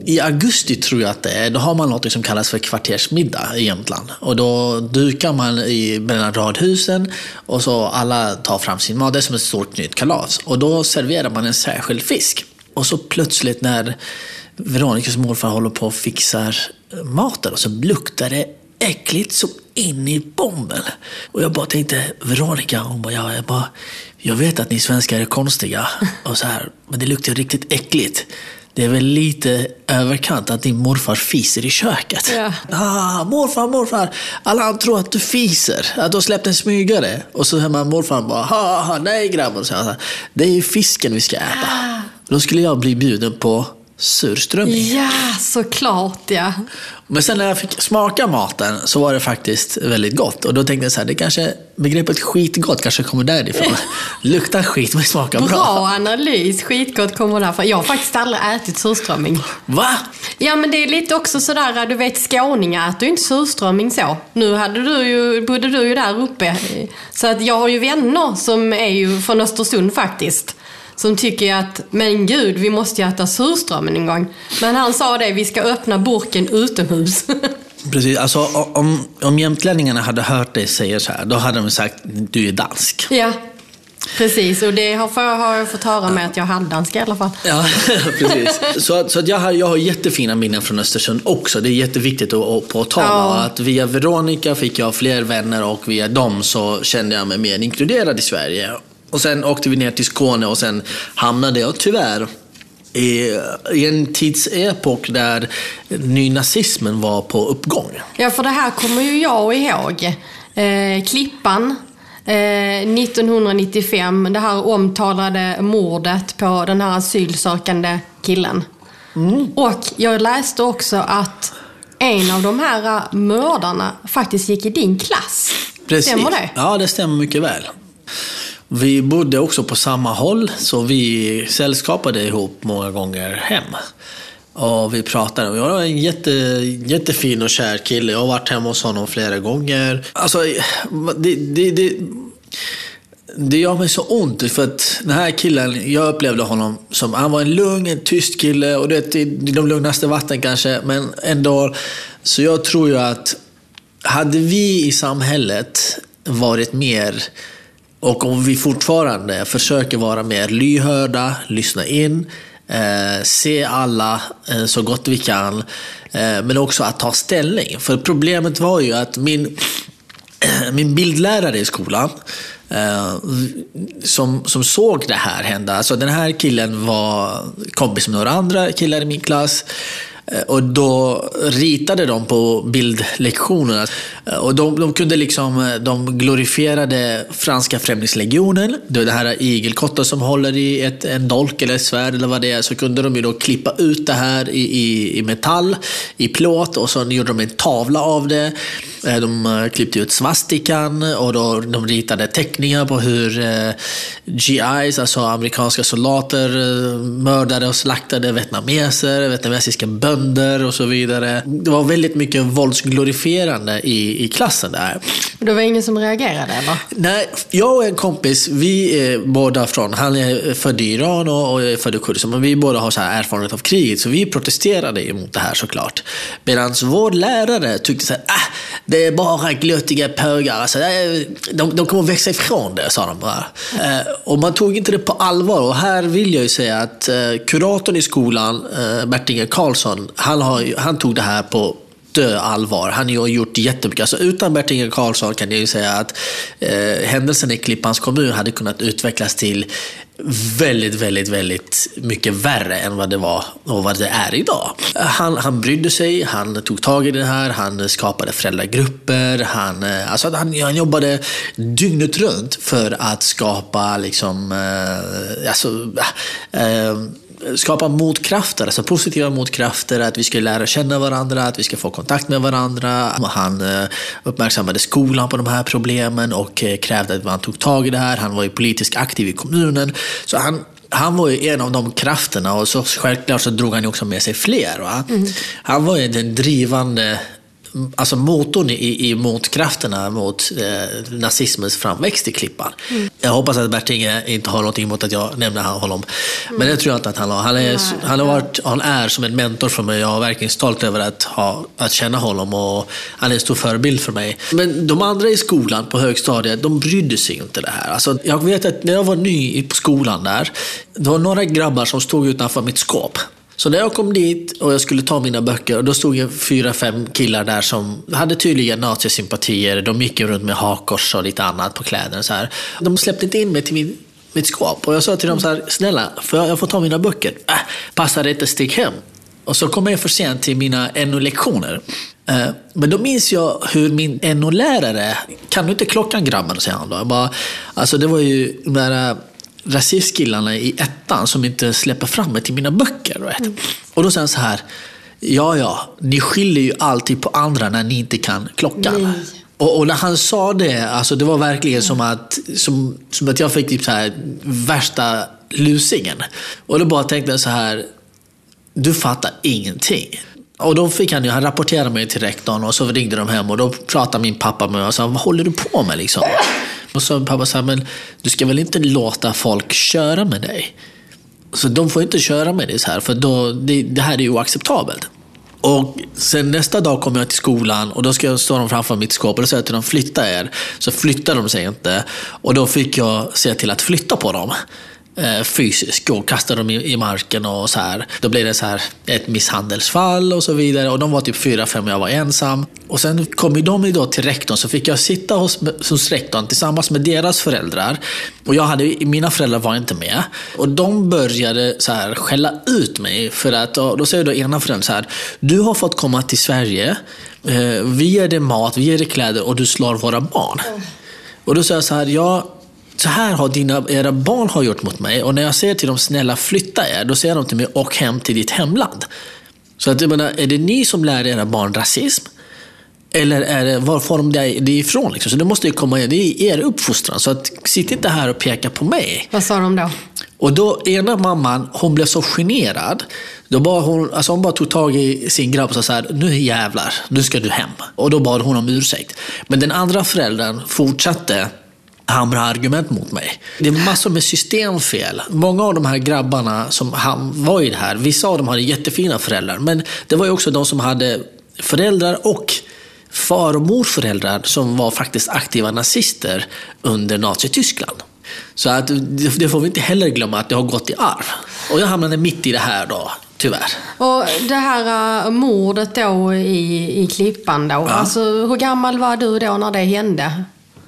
I augusti tror jag att det är, då har man något som kallas för kvartersmiddag i Jämtland. Och då dukar man i mellan radhusen och så alla tar fram sin mat. Det är som ett stort knytkalas. Och då serverar man en särskild fisk. Och så plötsligt när Veronikas morfar håller på och fixar maten och så luktar det äckligt som in i bomben. Och jag bara tänkte, Veronica, hon bara, ja, jag bara, jag vet att ni svenskar är konstiga och så här, men det luktar riktigt äckligt. Det är väl lite överkant att din morfar fiser i köket. Ja. Ah, morfar, morfar. Alla tror att du fiser. Att du har släppt en smygare. Och så hör man morfar bara, ha, ha, nej grabbar. Så här, det är ju fisken vi ska äta. Ah. Då skulle jag bli bjuden på surströmming. Ja, såklart, ja. Men sen när jag fick smaka maten så var det faktiskt väldigt gott. Och då tänkte jag så här, det kanske, begreppet skitgott kanske kommer därifrån. Luktar skit men smakar bra. Bra analys, skitgott kommer därifrån. Jag har faktiskt aldrig ätit surströmming. Va? Ja, men det är lite också sådär, du vet, skåningar äter ju inte surströmming så. Nu hade du ju, bodde du ju där uppe. Så att jag har ju vänner som är ju från Östersund faktiskt. Som tycker att, men gud, vi måste ju äta surströmming en gång. Men han sa det, vi ska öppna burken utomhus. Precis, alltså om, om jämtlänningarna hade hört dig säga så här, då hade de sagt, du är dansk. Ja, precis. Och det har, har jag fått höra med att jag är halvdansk i alla fall. Ja, precis. Så, så att jag, har, jag har jättefina minnen från Östersund också. Det är jätteviktigt att, att påtala. Ja. Att via Veronica fick jag fler vänner och via dem så kände jag mig mer inkluderad i Sverige. Och sen åkte vi ner till Skåne och sen hamnade jag tyvärr i, i en tidsepok där nynazismen var på uppgång. Ja, för det här kommer ju jag ihåg. Eh, Klippan eh, nittonhundranittiofem, det här omtalade mordet på den här asylsökande killen. Mm. Och jag läste också att en av de här mördarna faktiskt gick i din klass. Precis. Stämmer det? Ja, det stämmer mycket väl. Vi bodde också på samma håll, så vi sällskapade ihop många gånger hem. Och vi pratade. Jag var en jätte, jättefin och kär kille. Jag har varit hemma hos honom flera gånger. Alltså, det, det, det, det gör mig så ont. För att den här killen, jag upplevde honom som, han var en lugn, en tyst kille. Och det är de lugnaste vatten kanske. Men ändå, så jag tror ju att hade vi i samhället varit mer... Och om vi fortfarande försöker vara mer lyhörda, lyssna in, eh, se alla eh, så gott vi kan, eh, men också att ta ställning. För problemet var ju att min, eh, min bildlärare i skolan eh, som, som såg det här hända, alltså den här killen var kompis med några andra killar i min klass. Och då ritade de på bildlektionerna. Och de, de kunde liksom, de glorifierade franska främlingslegionen. Det är det här igelkottar som håller i ett, en dolk eller ett svärd eller vad det är. Så kunde de ju då klippa ut det här i, i, i metall, i plåt. Och så gjorde de en tavla av det. De klippte ut svastikan och då de ritade teckningar på hur eh, G Is, alltså amerikanska soldater, eh, mördade och slaktade vietnameser, vietnamesiska bönder och så vidare. Det var väldigt mycket våldsglorifierande i, i klassen där. Det var ingen som reagerade, eller? Nej, jag och en kompis, vi är båda från, han är född i Iran och jag är född i Kurdistan, men vi båda har så här erfarenhet av kriget, så vi protesterade emot det här såklart. Medan vår lärare tyckte så här, ah, det är bara glötiga pögar. Alltså, de, de kommer växa ifrån det, sa de bara. Eh, och man tog inte det på allvar. Och här vill jag ju säga att eh, kuratorn i skolan, eh, Bertinger Karlsson, han, har, han tog det här på dö allvar. Han har gjort jättemycket. Alltså, utan Bertinger Karlsson kan jag ju säga att eh, händelsen i Klippans kommun hade kunnat utvecklas till väldigt, väldigt, väldigt mycket värre än vad det var och vad det är idag. Han, han brydde sig, han tog tag i det här, han skapade föräldragrupper, han, alltså han, han jobbade dygnet runt för att skapa liksom, eh, alltså, eh, skapa motkrafter, alltså positiva motkrafter, att vi ska lära känna varandra, att vi ska få kontakt med varandra. Han uppmärksammade skolan på de här problemen och krävde att man tog tag i det här. Han var ju politiskt aktiv i kommunen, så han Han var ju en av de krafterna, och så självklart så drog han ju också med sig fler. Va? Mm. Han var ju den drivande alltså motorn i, i motkrafterna mot eh, nazismens framväxt i Klippan. Mm. Jag hoppas att Bert-Inge inte har något emot att jag nämner honom. Mm. Men det tror jag inte att han har. Han är, han har varit, han är som en mentor för mig. Jag är verkligen stolt över att, ha, att känna honom, och han är en stor förebild för mig. Men de andra i skolan på högstadiet, de brydde sig inte det här. Alltså, jag vet att när jag var ny på skolan där, det var några grabbar som stod utanför mitt skåp. Så när jag kom dit och jag skulle ta mina böcker, då stod jag fyra, fem killar där som hade tydliga nazisympatier. De gick runt med hakkors och lite annat på kläderna. Så här. De släppte inte in mig till min, mitt skåp. Och jag sa till dem så här: snälla, för jag får ta mina böcker. Äh, passar det inte, stick hem. Och så kom jag för sent till mina N O-lektioner. Uh, men då minns jag hur min N O-lärare, kan du inte klockan grabben, säger han då. Jag bara, alltså det var ju de där rasistkillarna i ettan som inte släpper fram mig till mina böcker. Vet? Mm. Och då säger han så här: ja, ja, ni skiljer ju alltid på andra när ni inte kan klockan. Och, och när han sa det, alltså det var verkligen mm. som, att, som, som att jag fick typ så här värsta lusingen. Och då bara tänkte jag så här: du fattar ingenting. Och då fick han ju, han rapporterade mig till rektorn, och så ringde de hem, och då pratade min pappa med mig och sa: vad håller du på med liksom? Och så pappa sa: men du ska väl inte låta folk köra med dig? Så de får inte köra med dig så här, för då, det, det här är ju oacceptabelt. Och sen nästa dag kommer jag till skolan, och då ska jag stå framför mitt skåp, och då säger jag till dem: flytta er. Så flyttar de sig inte, och då fick jag se till att flytta på dem fysiskt och kastade dem i, i marken och så här. Då blev det så här ett misshandelsfall och så vidare, och de var typ fyra, fem och jag var ensam. Och sen kom ju de då till rektorn, så fick jag sitta hos, hos rektorn tillsammans med deras föräldrar, och jag hade, mina föräldrar var inte med, och de började så här skälla ut mig för att, då säger då ena föräldern så här: du har fått komma till Sverige, vi ger dig mat, vi ger dig kläder, och du slår våra barn. Mm. Och då säger jag så här: ja, så här har dina, era barn har gjort mot mig, och när jag säger till dem: snälla flytta er, då säger de till mig: och hem till ditt hemland. Så att jag menar, är det ni som lär era barn rasism? Eller är det, var får de det ifrån liksom? Så det måste ju komma, det är er uppfostran, så att sitt inte här och peka på mig. Vad sa de då? Och då ena mamman, hon blev så generad. Då bara hon, alltså hon bara tog tag i sin grabb och sa så här: nu jävlar, nu ska du hem. Och då bad hon om ursäkt. Men den andra föräldern fortsatte hamra argument mot mig. Det är massor med systemfel. Många av de här grabbarna som var i det här, vissa av dem hade jättefina föräldrar, men det var ju också de som hade föräldrar och far- och morföräldrar som var faktiskt aktiva nazister under Nazityskland. Så att det får vi inte heller glömma, att det har gått i arv. Och jag hamnade mitt i det här då, tyvärr. Och det här uh, mordet då i, i Klippan då, ja. Alltså hur gammal var du då när det hände?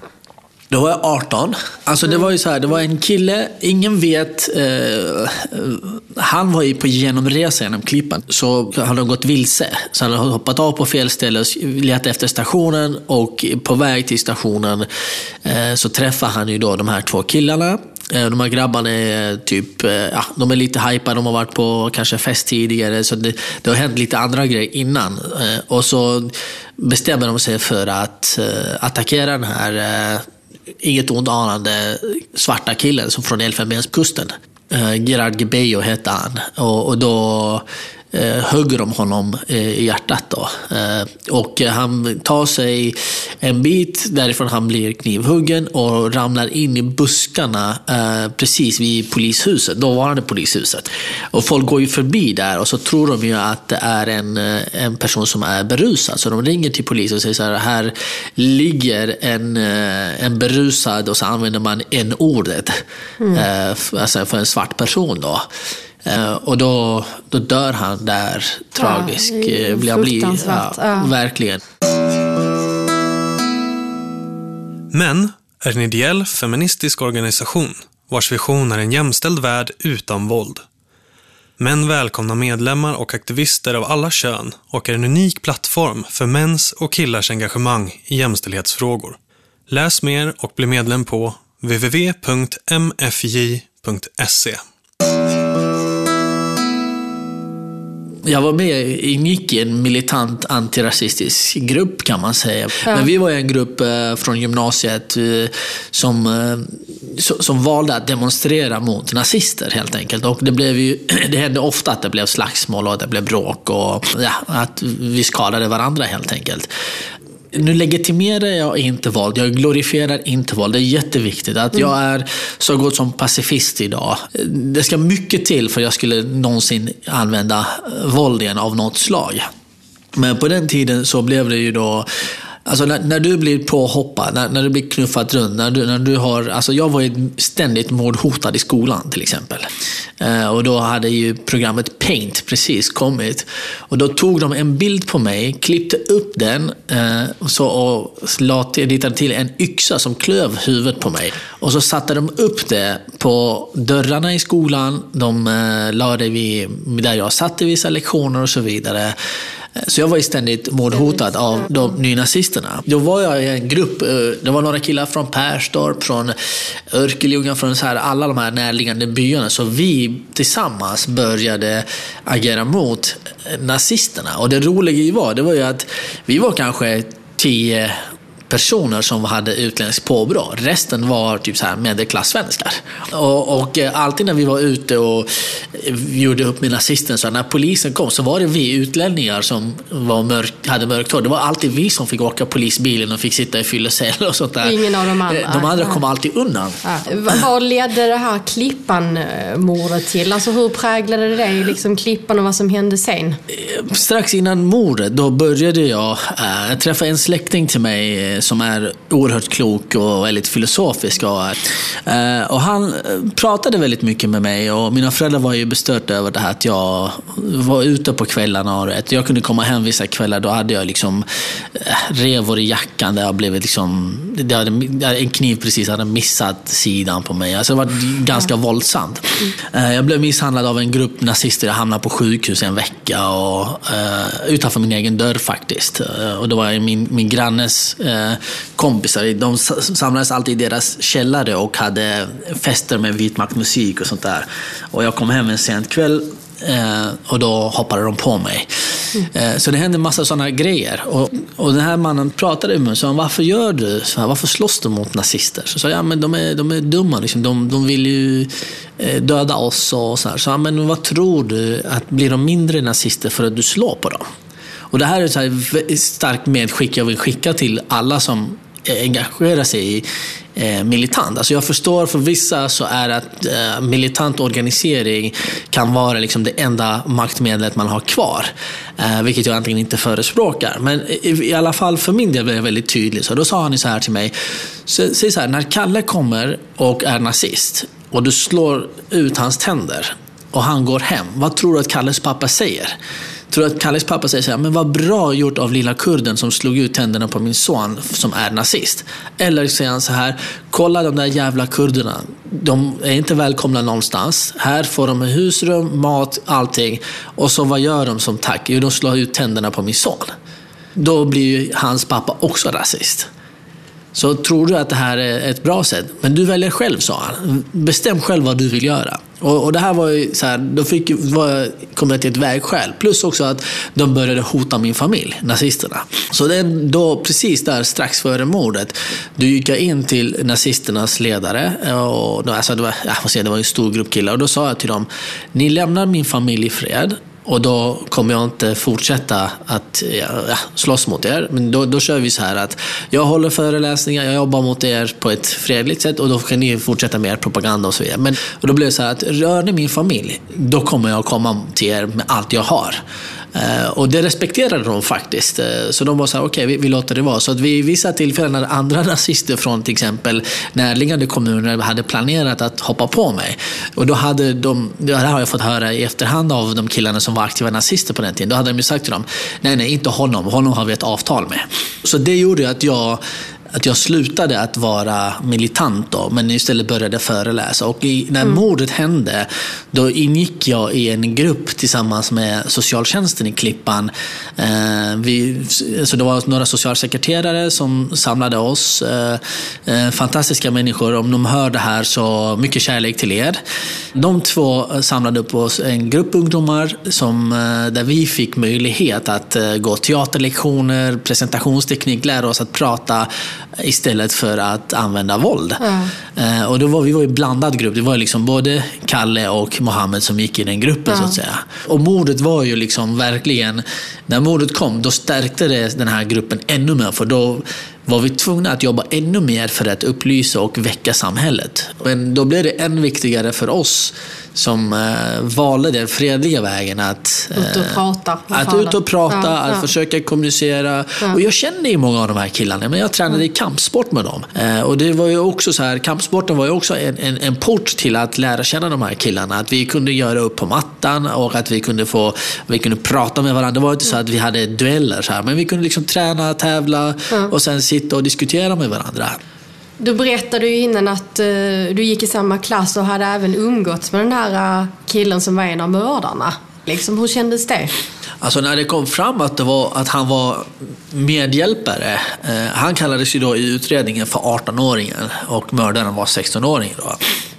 Då var jag arton. Alltså det var ju så här, det var en kille, ingen vet, eh, han var ju på genomresa genom Klippan, så han hade gått vilse. Så han hade hoppat av på fel ställe och letat efter stationen, och på väg till stationen eh, så träffade han ju då de här två killarna. Eh, de här grabbarna är typ, eh, ja, de är lite hypade, de har varit på kanske fest tidigare, så det, det har hänt lite andra grejer innan. Eh, och så bestämmer de sig för att eh, attackera den här eh, inget ont anande svarta killen som från Elfenbenskusten. Uh, Gerard Gebello hette han. Och, och då uh, hugger de honom uh, i hjärtat då. Uh, och uh, han tar sig en bit därifrån, han blir knivhuggen och ramlar in i buskarna uh, precis vid polishuset, dåvarande polishuset. Och folk går ju förbi där, och så tror de ju att det är en, en person som är berusad. Så de ringer till polisen och säger så här: här ligger en, en berusad, och så använder man en ordet mm. uh, alltså för en svart person då. Uh, och då, då dör han där, tragisk. Ja, blir han blir, ja, ja. Verkligen. Men är en ideell feministisk organisation vars vision är en jämställd värld utan våld. Män välkomnar medlemmar och aktivister av alla kön och är en unik plattform för mäns och killars engagemang i jämställdhetsfrågor. Läs mer och bli medlem på w w w punkt m f j punkt s e. Jag var med, ingick i en militant antirasistisk grupp kan man säga. Ja. Men vi var en grupp eh, från gymnasiet eh, som, eh, som valde att demonstrera mot nazister helt enkelt. Och det, blev ju, det hände ofta att det blev slagsmål och det blev bråk och ja, att vi skadade varandra helt enkelt. Nu legitimerar jag inte våld, jag glorifierar inte våld. Det är jätteviktigt att mm. jag är så gott som pacifist idag. Det ska mycket till för att jag skulle någonsin använda våld igen av något slag. Men på den tiden så blev det ju då... Alltså när, när du blir påhoppad, när, när du blir knuffat runt, när du, när du har, alltså jag var ju ständigt mordhotad i skolan till exempel. Eh, och då hade ju programmet Paint precis kommit. Och då tog de en bild på mig, klippte upp den eh, och, så, och la till, till en yxa som klöv huvudet på mig. Och så satte de upp det på dörrarna i skolan, de eh, la det vid, där jag satt i vissa lektioner och så vidare. Så jag var ständigt mordhotad av de nynazisterna. Då var jag i en grupp, det var några killar från Perstorp, från Örkelljunga, från så här, alla de här närliggande byarna. Så vi tillsammans började agera mot nazisterna. Och det roliga var, det var ju att vi var kanske tio personer som hade utländsk påbrå. Resten var typ så här medelklassvenskar. Och, och alltid när vi var ute och gjorde upp med nazisten, så när polisen kom så var det vi utlänningar som var mörk, hade mörkt hår. Det var alltid vi som fick åka polisbilen och fick sitta i fyllecell och sånt där. Ingen av de andra. De andra kom alltid undan. Ja. Vad ledde det här Klippan-mordet till? Alltså hur präglade det dig, liksom Klippan och vad som hände sen? Strax innan mordet, då började jag äh, träffa en släkting till mig som är oerhört klok och väldigt filosofisk. Och, eh, och han pratade väldigt mycket med mig, och mina föräldrar var ju bestört över det här att jag var ute på kvällarna och att jag kunde komma hem vissa kvällar, då hade jag liksom revor i jackan där jag blev liksom, det hade, en kniv precis hade missat sidan på mig. Alltså det var ganska ja. våldsamt. Eh, jag blev misshandlad av en grupp nazister, jag hamnade på sjukhus en vecka och eh, utanför min egen dörr faktiskt. Eh, och det var min, min grannes eh, kompisar, de samlades alltid i deras källare och hade fester med vitmaktmusik och sånt där. Och jag kom hem en sent kväll eh, och då hoppade de på mig. Mm. Eh, så det hände en massa sådana grejer. Och, och den här mannen pratade med mig och sa, varför gör du så här? Varför slåss du mot nazister? Så sa jag, ja, men de är, de är dumma. Liksom. De, de vill ju eh, döda oss och så här. Så, ja, men vad tror du? Att blir de mindre nazister för att du slår på dem? Och det här är ett så här starkt medskick jag vill skicka till alla som engagerar sig i eh, militant. Alltså jag förstår, för vissa så är att eh, militant organisering kan vara liksom det enda maktmedlet man har kvar. Eh, vilket jag antingen inte förespråkar. Men i, i alla fall för min del blev jag väldigt tydlig. Så då sa han så här till mig. Så, så, så här, när Kalle kommer och är nazist och du slår ut hans tänder och han går hem, vad tror du att Kalles pappa säger? Tror att Kalles pappa säger så här, men vad bra gjort av lilla kurden som slog ut tänderna på min son som är nazist? Eller säger han så här, kolla de där jävla kurderna, de är inte välkomna någonstans. Här får de husrum, mat, allting. Och så vad gör de som tack? Jo, de slår ut tänderna på min son. Då blir ju hans pappa också rasist. Så tror du att det här är ett bra sätt? Men du väljer själv, sa han. Bestäm själv vad du vill göra. Och, och det här var ju så här, då fick, var, kom jag till ett vägskäl. Plus också att de började hota min familj, nazisterna. Så det då precis där strax före mordet, då gick jag in till nazisternas ledare. Och då, alltså det, var, jag får säga, det var en stor grupp killar. Och då sa jag till dem, ni lämnar min familj i fred. Och då kommer jag inte fortsätta att ja, slåss mot er. Men då, då kör vi så här att jag håller föreläsningar, jag jobbar mot er på ett fredligt sätt. Och då kan ni fortsätta med er propaganda och så vidare. Men och då blev det så här att rör ni min familj, då kommer jag komma till er med allt jag har. Uh, och det respekterade de faktiskt. Uh, så de var så här, okej, okay, vi, vi låter det vara. Så att vid vissa tillfällen när andra nazister från till exempel närliggande kommuner hade planerat att hoppa på mig. Och då hade de, det här har jag fått höra i efterhand av de killarna som var aktiva nazister på den tiden. Då hade de ju sagt till dem, nej nej, inte honom, honom har vi ett avtal med. Så det gjorde att jag att jag slutade att vara militant då, men istället började föreläsa. Och i, när mm. mordet hände, då ingick jag i en grupp tillsammans med socialtjänsten i Klippan. Eh, vi, så det var några socialsekreterare som samlade oss. Eh, eh, fantastiska människor. Om de hör det här, så mycket kärlek till er. De två samlade upp oss en grupp ungdomar som, eh, där vi fick möjlighet att eh, gå teaterlektioner, presentationsteknik, lära oss att prata istället för att använda våld. Mm. Eh, och då var vi var i blandad grupp. Det var liksom både Kalle och Mohammed som gick i den gruppen, mm. så att säga. Och mordet var ju liksom verkligen, när mordet kom, då stärkte det den här gruppen ännu mer, för då var vi tvungna att jobba ännu mer för att upplysa och väcka samhället. Men då blev det än viktigare för oss som eh, valde den fredliga vägen att eh, ut och prata. Att ut och prata, ja, att ja. försöka kommunicera. Ja. Och jag kände ju många av de här killarna, men jag tränade mm. i kampsport med dem. Eh, och det var ju också så här, kampsporten var ju också en, en, en port till att lära känna de här killarna. Att vi kunde göra upp på mattan och att vi kunde få, vi kunde prata med varandra. Det var inte så att vi hade dueller så här, men vi kunde liksom träna, tävla ja. och sen sitta och diskutera med varandra. Du berättade ju innan att uh, du gick i samma klass och hade även umgåtts med den här uh, killen som var en av mördarna. Liksom, hur kändes det? Alltså när det kom fram att, det var, att han var medhjälpare, eh, han kallades ju då i utredningen för arton-åringen och mördaren var sexton-åring då.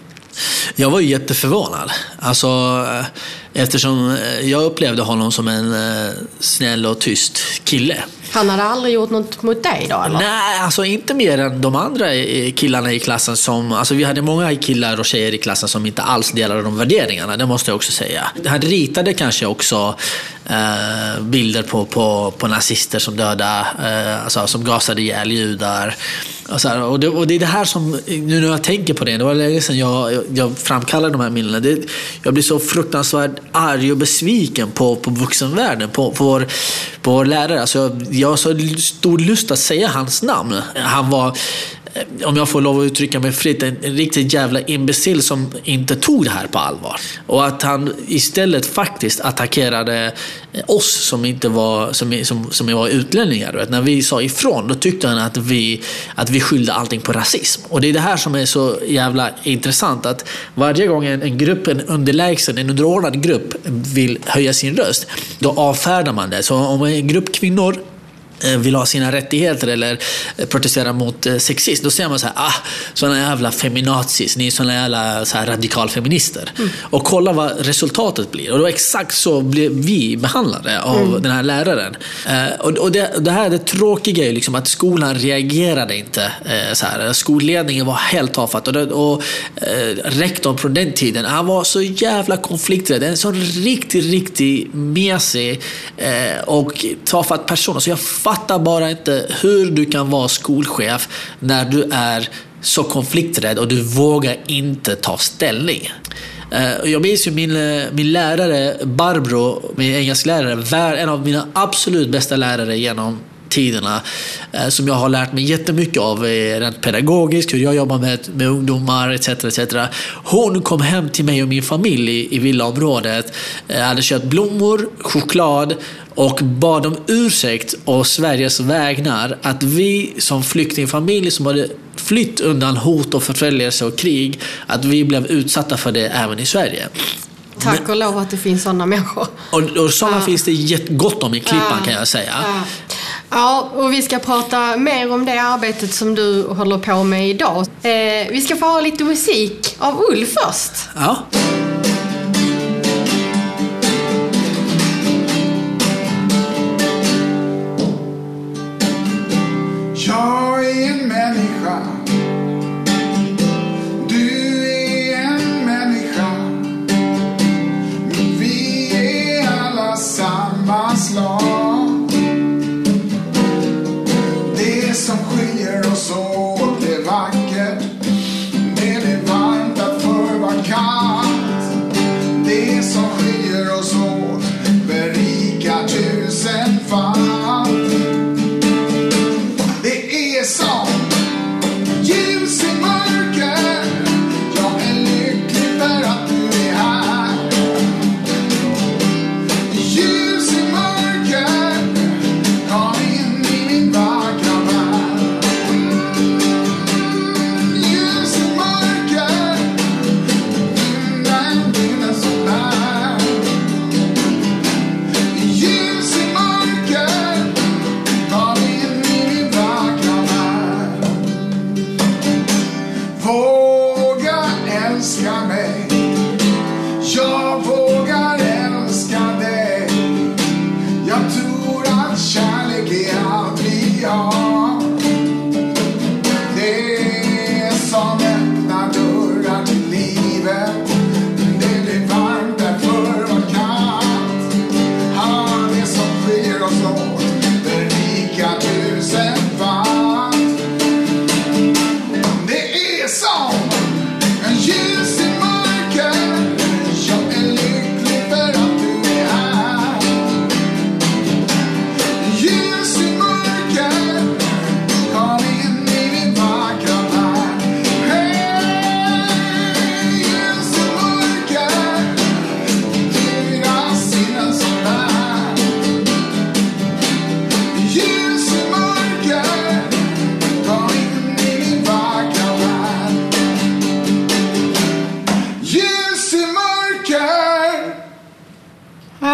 Jag var ju jätteförvånad. Alltså, eftersom jag upplevde honom som en eh, snäll och tyst kille. Han hade aldrig gjort något mot dig då, eller? Nej, alltså inte mer än de andra killarna i klassen som... Alltså vi hade många killar och tjejer i klassen som inte alls delade de värderingarna, det måste jag också säga. Han ritade kanske också eh, bilder på, på, på nazister som döda, eh, alltså som gasade ihjäl judar. Och, så här, och, det, och det är det här som, nu när jag tänker på det, det var länge sedan jag, jag, jag framkallade de här minnena. Det, jag blir så fruktansvärt arg och besviken på, på vuxenvärlden, på, på, vår, på vår lärare. Alltså jag, jag har så stor lust att säga hans namn. Han var, om jag får lov att uttrycka mig fritt, en, en riktigt jävla imbecill som inte tog det här på allvar. Och att han istället faktiskt attackerade oss som inte var, som, som, som var utlänningar. Vet? När vi sa ifrån, då tyckte han att vi, att vi skyllde allting på rasism. Och det är det här som är så jävla intressant, att varje gång en, en grupp, en underlägsen, en underordnad grupp vill höja sin röst, då avfärdar man det. Så om en grupp kvinnor vill ha sina rättigheter eller protestera mot sexism, då säger man så här: ah, såna jävla feminazis, ni är såna jävla så här radikalfeminister. Mm. Och kolla vad resultatet blir. Och då exakt så blev vi behandlade av mm. den här läraren. Eh, och och det, det här är det tråkiga är liksom att skolan reagerade inte eh, så här. Skolledningen var helt avfatt och, det, och eh, rektorn på den tiden, han var så jävla konflikträdd, en sån riktigt, riktigt mesig eh, och tafatt person. Så jag fattar bara inte hur du kan vara skolchef när du är så konflikträdd och du vågar inte ta ställning. Jag minns ju min, min lärare Barbro, min engelsklärare, en av mina absolut bästa lärare genom tiderna, som jag har lärt mig jättemycket av rent pedagogiskt, hur jag jobbar med, med ungdomar etc, et cetera. Hon kom hem till mig och min familj i, i villaområdet, hade köpt blommor, choklad och bad om ursäkt och Sveriges vägnar att vi som flyktingfamilj som hade flytt undan hot och förföljelse och krig, att vi blev utsatta för det även i Sverige. Tack och lov att det finns sådana människor. Och, och sådana ja. finns det gott om i Klippan, ja. kan jag säga. Ja. ja, och vi ska prata mer om det arbetet som du håller på med idag. Eh, vi ska få ha lite musik av Ulf först. Ja. Jag är en människa. Du är en människa. Vi är alla samma slag. Det som skiljer oss åt är vackert. Det är varmt att för vara kallt.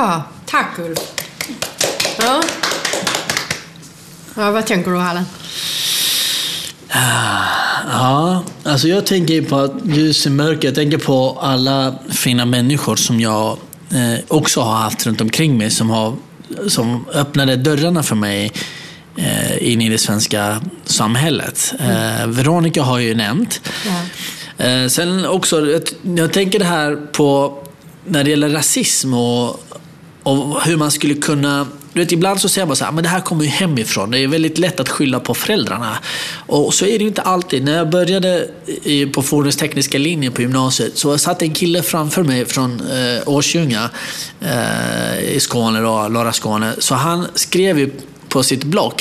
Ja, tack Ulf. Ja. Ja, vad tänker du, Hallen? Ja, alltså jag tänker på att ljus i mörker. Jag tänker på alla fina människor som jag eh, också har haft runt omkring mig, som, har, som öppnade dörrarna för mig eh, in i det svenska samhället. Eh, Veronica har ju nämnt. Ja. Eh, sen också, jag, jag tänker det här på när det gäller rasism och, och hur man skulle kunna... Du vet, ibland så säger man så här, men det här kommer ju hemifrån. Det är väldigt lätt att skylla på föräldrarna. Och så är det ju inte alltid. När jag började i, på Fordons tekniska linje på gymnasiet, så satt en kille framför mig från eh, Årsjunga eh, i Skåne, då, norra Skåne. Så han skrev ju på sitt blogg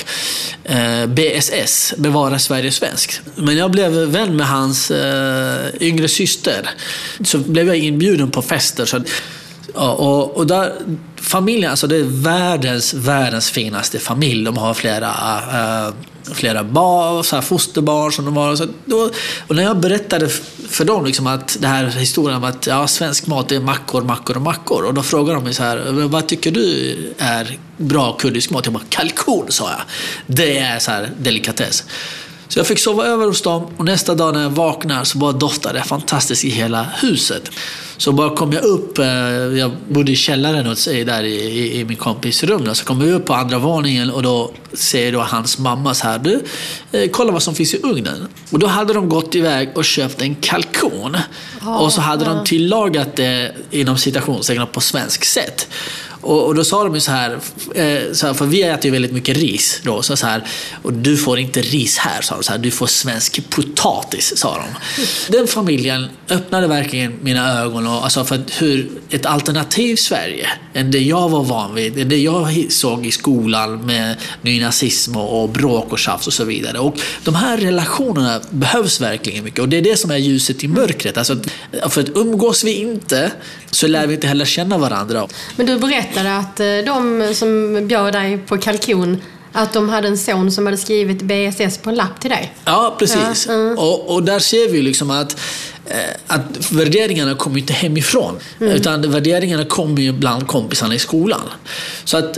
eh, B S S, Bevara Sverige svenskt. Men jag blev vän med hans eh, yngre syster. Så blev jag inbjuden på fester. Så Ja, och, och där, familjen, alltså det är världens, världens finaste familj. De har flera, äh, flera barn, så här fosterbarn som de har. Så då, och när jag berättade för dem liksom att det här historien om att ja, svensk mat är mackor, mackor och mackor. Och då frågar de mig så här, vad tycker du är bra kurdisk mat? Jag bara, kalkon, sa jag. Det är så här delikatess. Så jag fick sova över hos dem, och nästa dag när jag vaknar så bara doftade det fantastiskt i hela huset. Så bara kom jag upp, jag bodde i källaren och där i, i, i min kompis rum. Så kom jag upp på andra våningen, och då säger då hans mamma så här, du, kolla vad som finns i ugnen. Och då hade de gått iväg och köpt en kalkon. Oh, och så hade oh. de tillagat det inom citationstecken på svensk sätt. Och, och då sa de ju så här, eh, så här, för vi äter ju väldigt mycket ris då, så, så här, och du får inte ris här, sa de, så här, du får svensk potatis, sa de. Den familjen öppnade verkligen mina ögon, och, alltså för hur ett alternativ Sverige än det jag var van vid, än det jag såg i skolan med nynazism och, och bråk och tjafs och så vidare. Och de här relationerna behövs verkligen mycket, och det är det som är ljuset i mörkret. Alltså, för att umgås vi inte, så lär vi inte heller känna varandra. Men du berättade att de som bjöd dig på kalkon, att de hade en son som hade skrivit B S S på en lapp till dig. Ja, precis. Ja, mm. och, och där ser vi liksom att, eh, att värderingarna kommer inte hemifrån. Mm. Utan värderingarna kommer ju bland kompisarna i skolan. Så att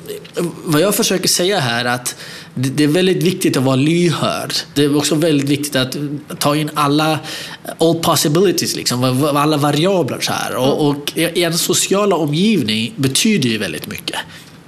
vad jag försöker säga här är att det är väldigt viktigt att vara lyhörd. Det är också väldigt viktigt att ta in alla all possibilities, liksom, alla variabler så här. Och, och i en sociala omgivning betyder ju väldigt mycket.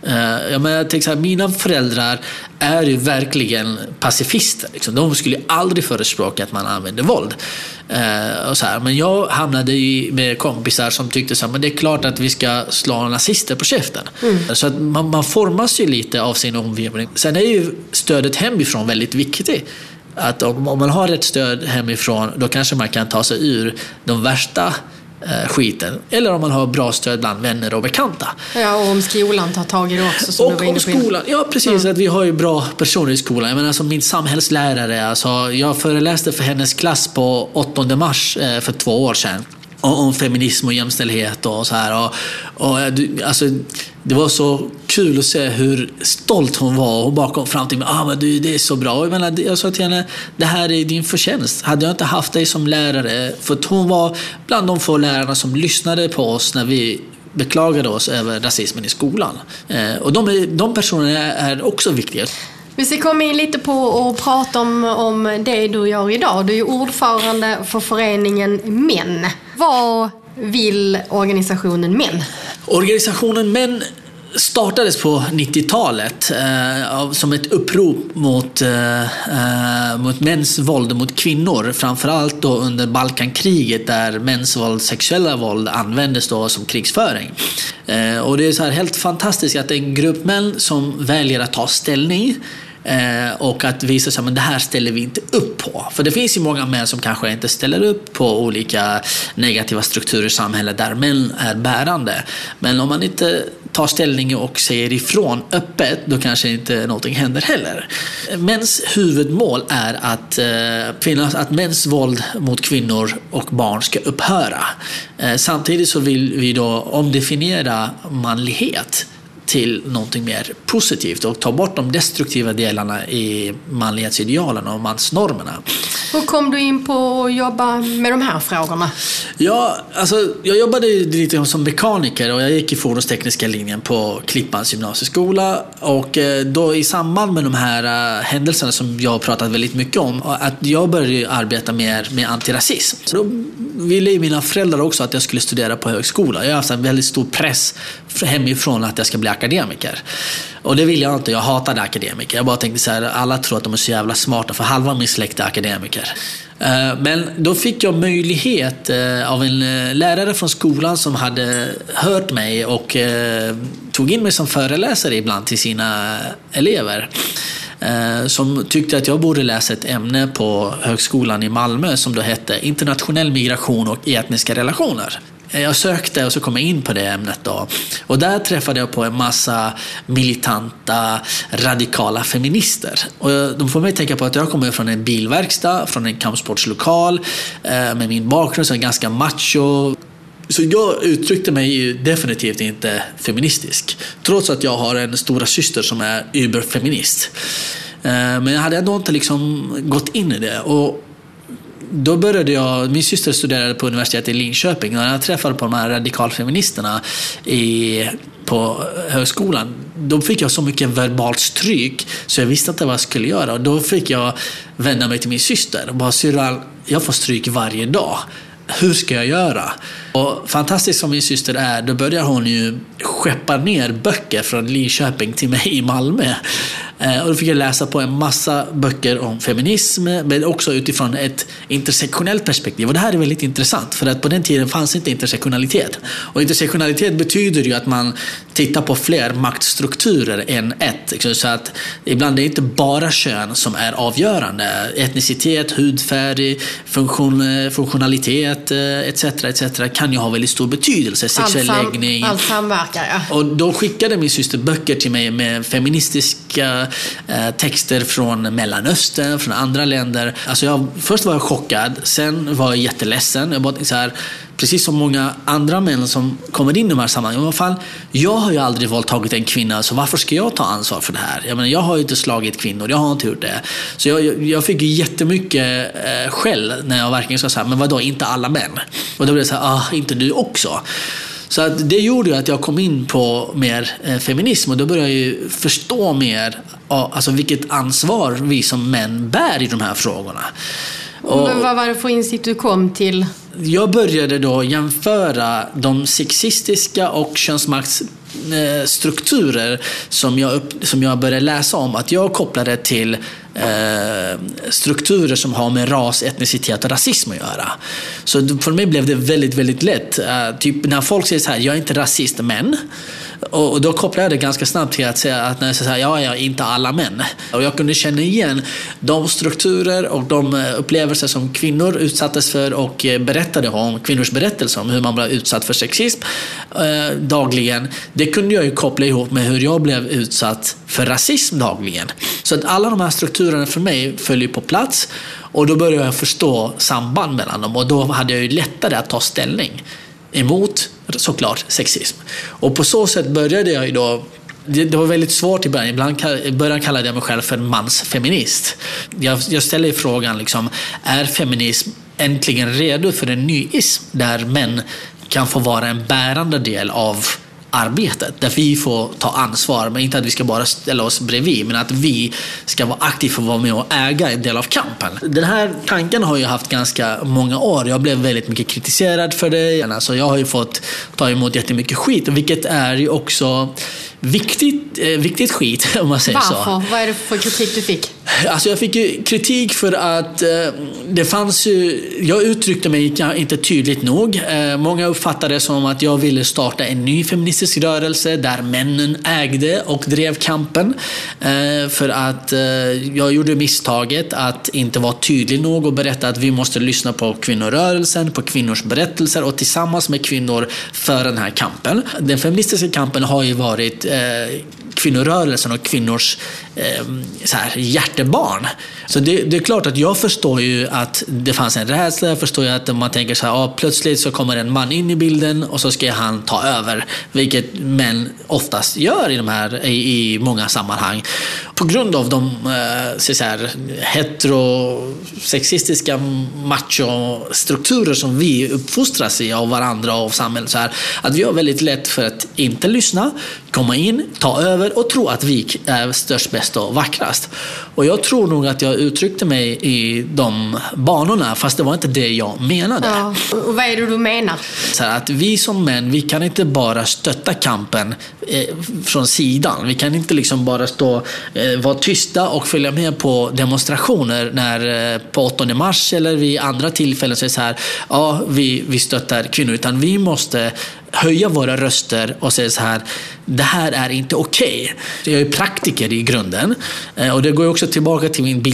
Jag menar, till exempel, mina föräldrar är ju verkligen pacifister. Liksom. De skulle ju aldrig förespråka att man använder våld. Uh, och så här. Men jag hamnade i, med kompisar som tyckte så här, men det är klart att vi ska slå nazister på käften. Mm. Så att man, man formas ju lite av sin omgivning. Sen är ju stödet hemifrån väldigt viktigt. Att om, om man har ett stöd hemifrån, då kanske man kan ta sig ur de värsta eh, skiten. Eller om man har bra stöd bland vänner och bekanta. Ja, och om skolan tar tag i det också. Som och du var inne om skolan, ja precis, mm. att vi har ju bra personer i skolan. Jag menar, alltså, min samhällslärare, alltså, jag föreläste för hennes klass på åttonde mars eh, för två år sedan. Om feminism och jämställdhet och så här. Och, och, alltså, det var så kul att se hur stolt hon var. Hon bara kom fram till mig, ah, men du, det är så bra. Och jag, menar, jag sa till henne, det här är din förtjänst. Hade jag inte haft dig som lärare, för att hon var bland de få lärarna som lyssnade på oss när vi beklagade oss över rasismen i skolan. Eh, och de, de personerna är också viktiga. Vi ska komma in lite på och prata om, om det du gör idag. Du är ordförande för föreningen Män. Vad vill organisationen Män? Organisationen Män startades på nittiotalet eh, som ett upprop mot, eh, mot mäns våld mot kvinnor. Framförallt då under Balkankriget, där mäns våld, sexuella våld användes då som krigsföring. Eh, och det är så här helt fantastiskt att en grupp män som väljer att ta ställning och att visa sig att det här ställer vi inte upp på. För det finns ju många män som kanske inte ställer upp på olika negativa strukturer i samhället där män är bärande. Men om man inte tar ställning och säger ifrån öppet, då kanske inte någonting händer heller. Mäns huvudmål är att, finnas, att mäns våld mot kvinnor och barn ska upphöra. Samtidigt så vill vi då omdefiniera manlighet. till någonting mer positivt och ta bort de destruktiva delarna i manlighetsidealen och mansnormerna. Hur kom du in på att jobba med de här frågorna? Ja, alltså, jag jobbade lite som mekaniker och jag gick i fordonstekniska linjen på Klippans gymnasieskola, och då i samband med de här händelserna som jag har pratat väldigt mycket om, att jag började arbeta mer med antirasism. Så då ville mina föräldrar också att jag skulle studera på högskola. Jag har haft en väldigt stor press hemifrån att jag ska bli akademiker. Och det vill jag inte, jag hatade akademiker. Jag bara tänkte så här, alla tror att de är så jävla smarta, för halva min släkt är akademiker. Men då fick jag möjlighet av en lärare från skolan som hade hört mig och tog in mig som föreläsare ibland till sina elever, som tyckte att jag borde läsa ett ämne på högskolan i Malmö som då hette internationell migration och etniska relationer. Jag sökte och så kom jag in på det ämnet då. Och där träffade jag på en massa militanta, radikala feminister. Och de får mig tänka på att jag kommer från en bilverkstad, från en kampsportslokal, med min bakgrund som är ganska macho. Så jag uttryckte mig ju definitivt inte feministisk, trots att jag har en stora syster som är überfeminist. Men jag hade ändå inte liksom gått in i det. Och då började jag, min syster studerade på universitetet i Linköping, och när jag träffade på de här radikalfeministerna i, på högskolan, då fick jag så mycket verbalt stryk så jag visste inte vad jag skulle göra. Och då fick jag vända mig till min syster och bara, syrran, jag får stryk varje dag. Hur ska jag göra? Och fantastiskt som min syster är, då börjar hon ju skeppa ner böcker från Linköping till mig i Malmö. Och då fick jag läsa på en massa böcker om feminism, men också utifrån ett intersektionellt perspektiv. Och det här är väldigt intressant, för att på den tiden fanns inte intersektionalitet. Och intersektionalitet betyder ju att man tittar på fler maktstrukturer än ett. Så att ibland är det inte bara kön som är avgörande. Etnicitet, hudfärg, funktion, funktionalitet et cetera et cetera kan ju ha väldigt stor betydelse. Sexuell allt sam- läggning. Allt samverkar, ja. Och då skickade min syster böcker till mig med feministiska eh, texter från Mellanöstern, från andra länder. Alltså jag, först var jag chockad, sen var jag jätteledsen. Jag bara så här, precis som många andra män som kommer in i de här sammanhangen. I alla fall, jag har ju aldrig våldtagit en kvinna, så varför ska jag ta ansvar för det här? Jag menar, jag har ju inte slagit kvinnor, jag har inte gjort det. Så jag, jag fick ju jättemycket eh, skäll när jag verkligen ska säga, men vadå, inte alla män? Och då blev det så här, ah, inte du också? Så att det gjorde ju att jag kom in på mer eh, feminism, och då började jag ju förstå mer alltså vilket ansvar vi som män bär i de här frågorna. Och men vad var det för insikt du kom till? Jag började då jämföra de sexistiska och könsmaktsstrukturer som jag, upp, som jag började läsa om. Att jag kopplade till eh, strukturer som har med ras, etnicitet och rasism att göra. Så för mig blev det väldigt, väldigt lätt. Uh, typ när folk säger så här, jag är inte rasist, men... Och, och då kopplade jag det ganska snabbt till att säga att när jag säger ja, jag är inte alla män. Och jag kunde känna igen de strukturer och de upplevelser som kvinnor utsattes för och berättade om, kvinnors berättelser om hur man blev utsatt för sexism eh, dagligen. Det kunde jag ju koppla ihop med hur jag blev utsatt för rasism dagligen. Så att alla de här strukturerna för mig följer på plats, och då började jag förstå samband mellan dem, och då hade jag ju lättare att ta ställning emot såklart sexism. Och på så sätt började jag ju då, det, det var väldigt svårt i början. Ibland i början kallade jag mig själv för mansfeminist. Jag, jag ställer frågan liksom, är feminism äntligen redo för en ny ism där män kan få vara en bärande del av arbetet, där vi får ta ansvar, men inte att vi ska bara ställa oss bredvid, men att vi ska vara aktiva för att vara med och äga en del av kampen. Den här tanken har jag haft ganska många år. Jag blev väldigt mycket kritiserad för det. Alltså jag har ju fått ta emot jättemycket skit, vilket är ju också viktigt, eh, viktigt skit om man säger. Varför? Så. Varför? Vad är det för kritik du fick? Alltså jag fick ju kritik för att eh, det fanns ju, jag uttryckte mig inte tydligt nog. Eh, många uppfattade det som att jag ville starta en ny feministisk rörelse där männen ägde och drev kampen. Eh, för att eh, jag gjorde misstaget att inte vara tydlig nog och berätta att vi måste lyssna på kvinnorörelsen, på kvinnors berättelser och tillsammans med kvinnor för den här kampen. Den feministiska kampen har ju varit eh, kvinnorörelsen och kvinnors eh, så här, hjärtebarn. Så det, det är klart att jag förstår ju att det fanns en rädsla. Jag förstår ju att man tänker så här, ja, plötsligt så kommer en man in i bilden och så ska han ta över, vilket män oftast gör i de här i, i många sammanhang på grund av de eh, så här, heterosexistiska macho-strukturer som vi uppfostras i av varandra och av samhället. Så här, att vi har väldigt lätt för att inte lyssna, komma in, ta över och tro att vi är störst, bäst och vackrast. Och jag tror nog att jag uttryckte mig i de banorna, fast det var inte det jag menade. Ja. Och vad är det du menar? Så här, att vi som män, vi kan inte bara stötta kampen eh, från sidan. Vi kan inte liksom bara stå, eh, vara tysta och följa med på demonstrationer när eh, på åttonde mars eller vid andra tillfällen så är det så här, ja, vi, vi stöttar kvinnor, utan vi måste höja våra röster och säga så här, det här är inte okej. Okay. Jag är praktiker i grunden och det går också tillbaka till min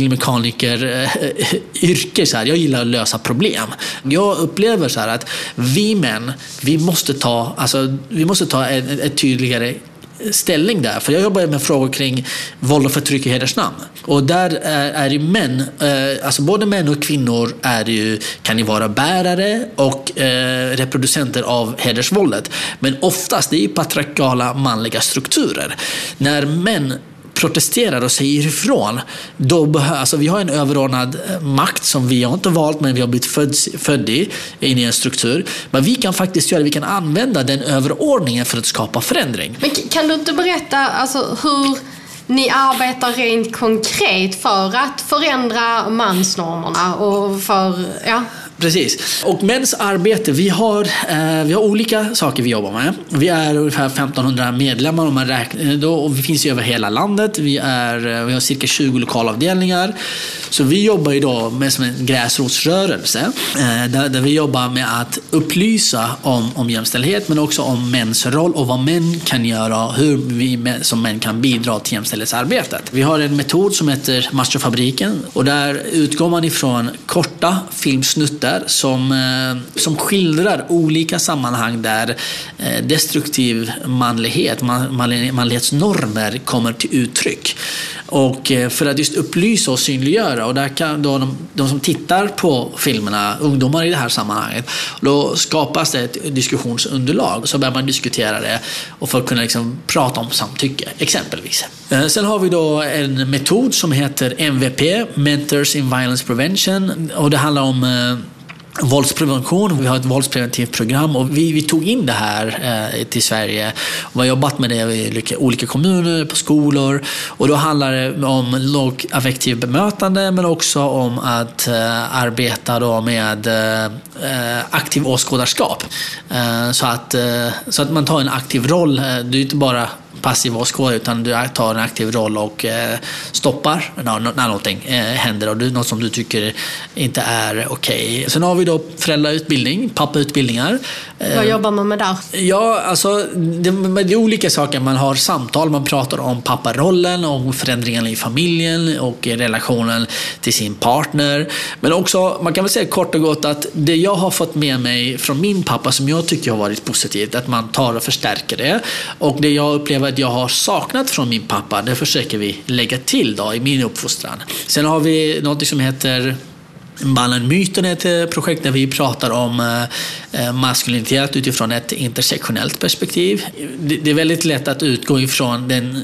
bilmekaniker-yrke. Så här. Jag gillar att lösa problem. Jag upplever så här att vi män, vi måste ta, alltså, vi måste ta ett, ett tydligare ställning där. För jag jobbar med frågor kring våld och förtryck i hedersnamn. Och där är, är ju män, eh, alltså både män och kvinnor är ju, kan ju vara bärare och eh, reproducenter av hedersvåldet. Men oftast det är ju patriarkala manliga strukturer. När män protesterar och säger ifrån, då behöver, alltså vi har en överordnad makt som vi har inte valt, men vi har blivit född, född i, in i en struktur. Men vi kan faktiskt göra, vi kan använda den överordningen för att skapa förändring. Men kan du inte berätta alltså, hur ni arbetar rent konkret för att förändra mansnormerna och för, ja... Precis. Och mäns arbete, vi har, eh, vi har olika saker vi jobbar med. Vi är ungefär femtonhundra medlemmar om man räknar, då, och vi finns över hela landet. Vi, är, vi har cirka tjugo lokalavdelningar. Så vi jobbar idag med som en gräsrotsrörelse eh, där, där vi jobbar med att upplysa om, om jämställdhet, men också om mäns roll och vad män kan göra, hur vi som män kan bidra till jämställdhetsarbetet. Vi har en metod som heter Machofabriken, och där utgår man ifrån korta filmsnuttar som, som skildrar olika sammanhang där destruktiv manlighet, man, manlighetsnormer kommer till uttryck. Och för att just upplysa och synliggöra, och där kan då de, de som tittar på filmerna, ungdomar i det här sammanhanget, då skapas det ett diskussionsunderlag, så börjar man diskutera det och för att kunna liksom prata om samtycke exempelvis. Sen har vi då en metod som heter M V P, Mentors in Violence Prevention, och det handlar om våldsprevention. Vi har ett våldspreventivt program, och vi, vi tog in det här eh, till Sverige och har jobbat med det i olika kommuner, på skolor, och då handlar det om lågaffektivt bemötande, men också om att eh, arbeta då med eh, aktiv åskådarskap. Eh, så, att, eh, så att man tar en aktiv roll. Du är inte bara passiv åskådare, utan du tar en aktiv roll och eh, stoppar när, när någonting eh, händer och du, något som du tycker inte är okej. Okay. Sen har vi då föräldrautbildning, pappautbildningar. Eh, Vad jobbar man med där? Ja, alltså det, det är olika saker. Man har samtal, man pratar om papparollen, om förändringarna i familjen och relationen till sin partner. Men också, man kan väl säga kort och gott att det jag har fått med mig från min pappa som jag tycker har varit positivt, att man tar och förstärker det. Och det jag upplever att jag har saknat från min pappa, det försöker vi lägga till då i min uppfostran. Sen har vi något som heter Mannen-myten, ett projekt där vi pratar om eh, maskulinitet utifrån ett intersektionellt perspektiv. Det, det är väldigt lätt att utgå ifrån den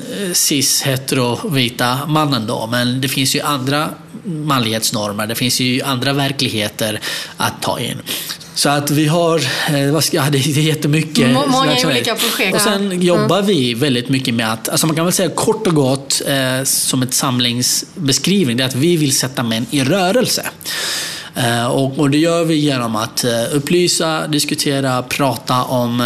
cis-hetero-vita mannen då, men det finns ju andra manlighetsnormer, det finns ju andra verkligheter att ta in. Så att vi har, vad ska jag, det är jättemycket. Må, många olika projekt. Och sen jobbar mm. vi väldigt mycket med att, alltså man kan väl säga kort och gott eh, som ett samlingsbeskrivning, det är att vi vill sätta män i rörelse. Eh, och, och det gör vi genom att eh, upplysa, diskutera, prata om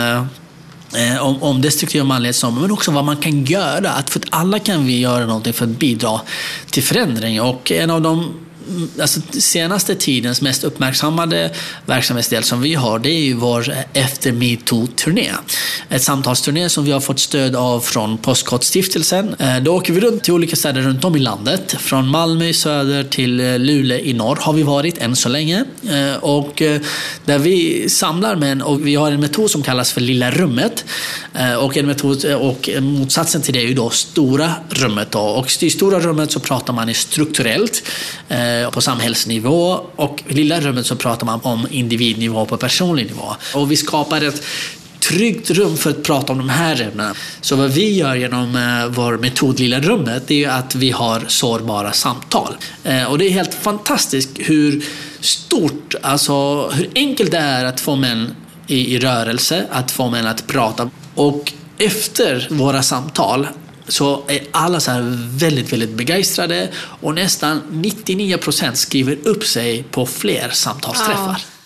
eh, Om, om destruktiva manlighetsnormer, men också vad man kan göra. Att för att alla kan vi göra någonting för att bidra till förändring. Och en av de alltså, senaste tidens mest uppmärksammade verksamhetsdel som vi har, det är ju vår Efter MeToo-turné. Ett samtalsturné som vi har fått stöd av från Postkodstiftelsen. Då åker vi runt till olika städer runt om i landet. Från Malmö i söder till Luleå i norr har vi varit än så länge. Och där vi samlar män, och vi har en metod som kallas för Lilla rummet. Och en metod, och motsatsen till det är ju då stora rummet då. Och i stora rummet så pratar man i strukturellt på samhällsnivå, och i lilla rummet så pratar man om individnivå på personlig nivå. Och vi skapar ett tryggt rum för att prata om de här ämnena. Så vad vi gör genom eh, vår metod Lilla rummet, det är att vi har sårbara samtal. Eh, och det är helt fantastiskt hur stort, alltså hur enkelt det är att få män i, i rörelse, att få män att prata. Och efter våra samtal så är alla så här väldigt, väldigt begeistrade, och nästan nittionio procent skriver upp sig på fler samtalsträffar. Ja.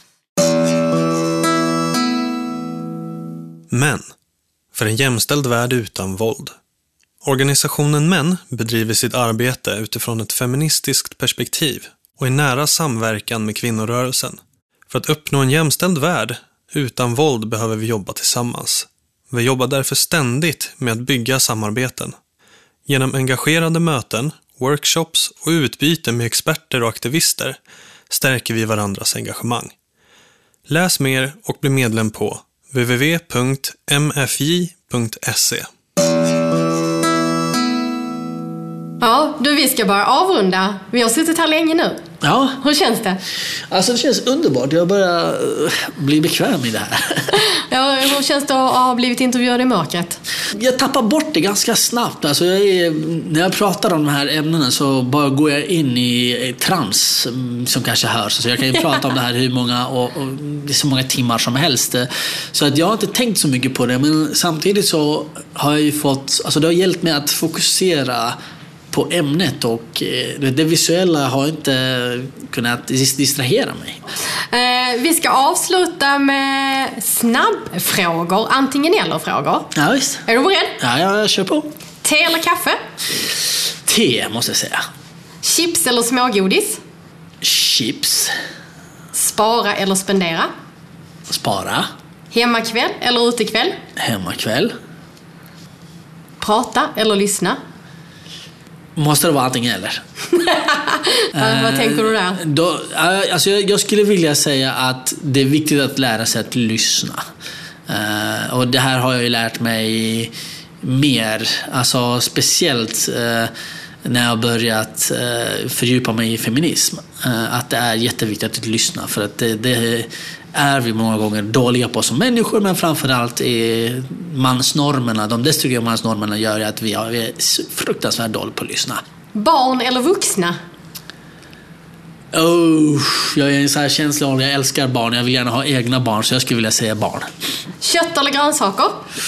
Män, för en jämställd värld utan våld. Organisationen Män bedriver sitt arbete utifrån ett feministiskt perspektiv och i nära samverkan med kvinnorörelsen. För att uppnå en jämställd värld utan våld behöver vi jobba tillsammans. Vi jobbar därför ständigt med att bygga samarbeten. Genom engagerade möten, workshops och utbyte med experter och aktivister stärker vi varandras engagemang. Läs mer och bli medlem på w w w punkt m f j punkt s e. Ja, du, vi ska bara avrunda. Vi har suttit här länge nu. Ja. Hur känns det? Alltså det känns underbart. Jag börjar bli bekväm i det här. Ja, hur känns det att ha blivit intervjuad i mörkret? Jag tappar bort det ganska snabbt. Alltså jag är, när jag pratar om de här ämnena så bara går jag in i trans som kanske hörs. Så jag kan ju prata om det här hur många och, och det är så många timmar som helst. Så att jag har inte tänkt så mycket på det. Men samtidigt så har jag ju fått, alltså det har hjälpt mig att fokusera på ämnet, och det visuella har inte kunnat distrahera mig. Eh, vi ska avsluta med snabbfrågor, antingen eller frågor. Ja, visst. Är du beredd? Ja, jag kör på. Te eller kaffe? Te, måste jag säga. Chips eller smågodis? Chips. Spara eller spendera? Spara. Hemmakväll eller utekväll? Hemmakväll. Prata eller lyssna? Måste det vara antingen eller? uh, vad tänker du där? Då, alltså jag, jag skulle vilja säga att det är viktigt att lära sig att lyssna. Uh, och det här har jag ju lärt mig mer. Alltså speciellt uh, när jag har börjat uh, fördjupa mig i feminism. Uh, att det är jätteviktigt att lyssna. För att det, det är vi många gånger dåliga på som människor, men framförallt är mansnormerna, de destruktiva mansnormerna gör att vi är fruktansvärt dåliga på att lyssna. Barn eller vuxna? Oh, jag är en så här känslig, jag älskar barn, jag vill gärna ha egna barn, så jag skulle vilja säga barn. Kött eller grönsaker?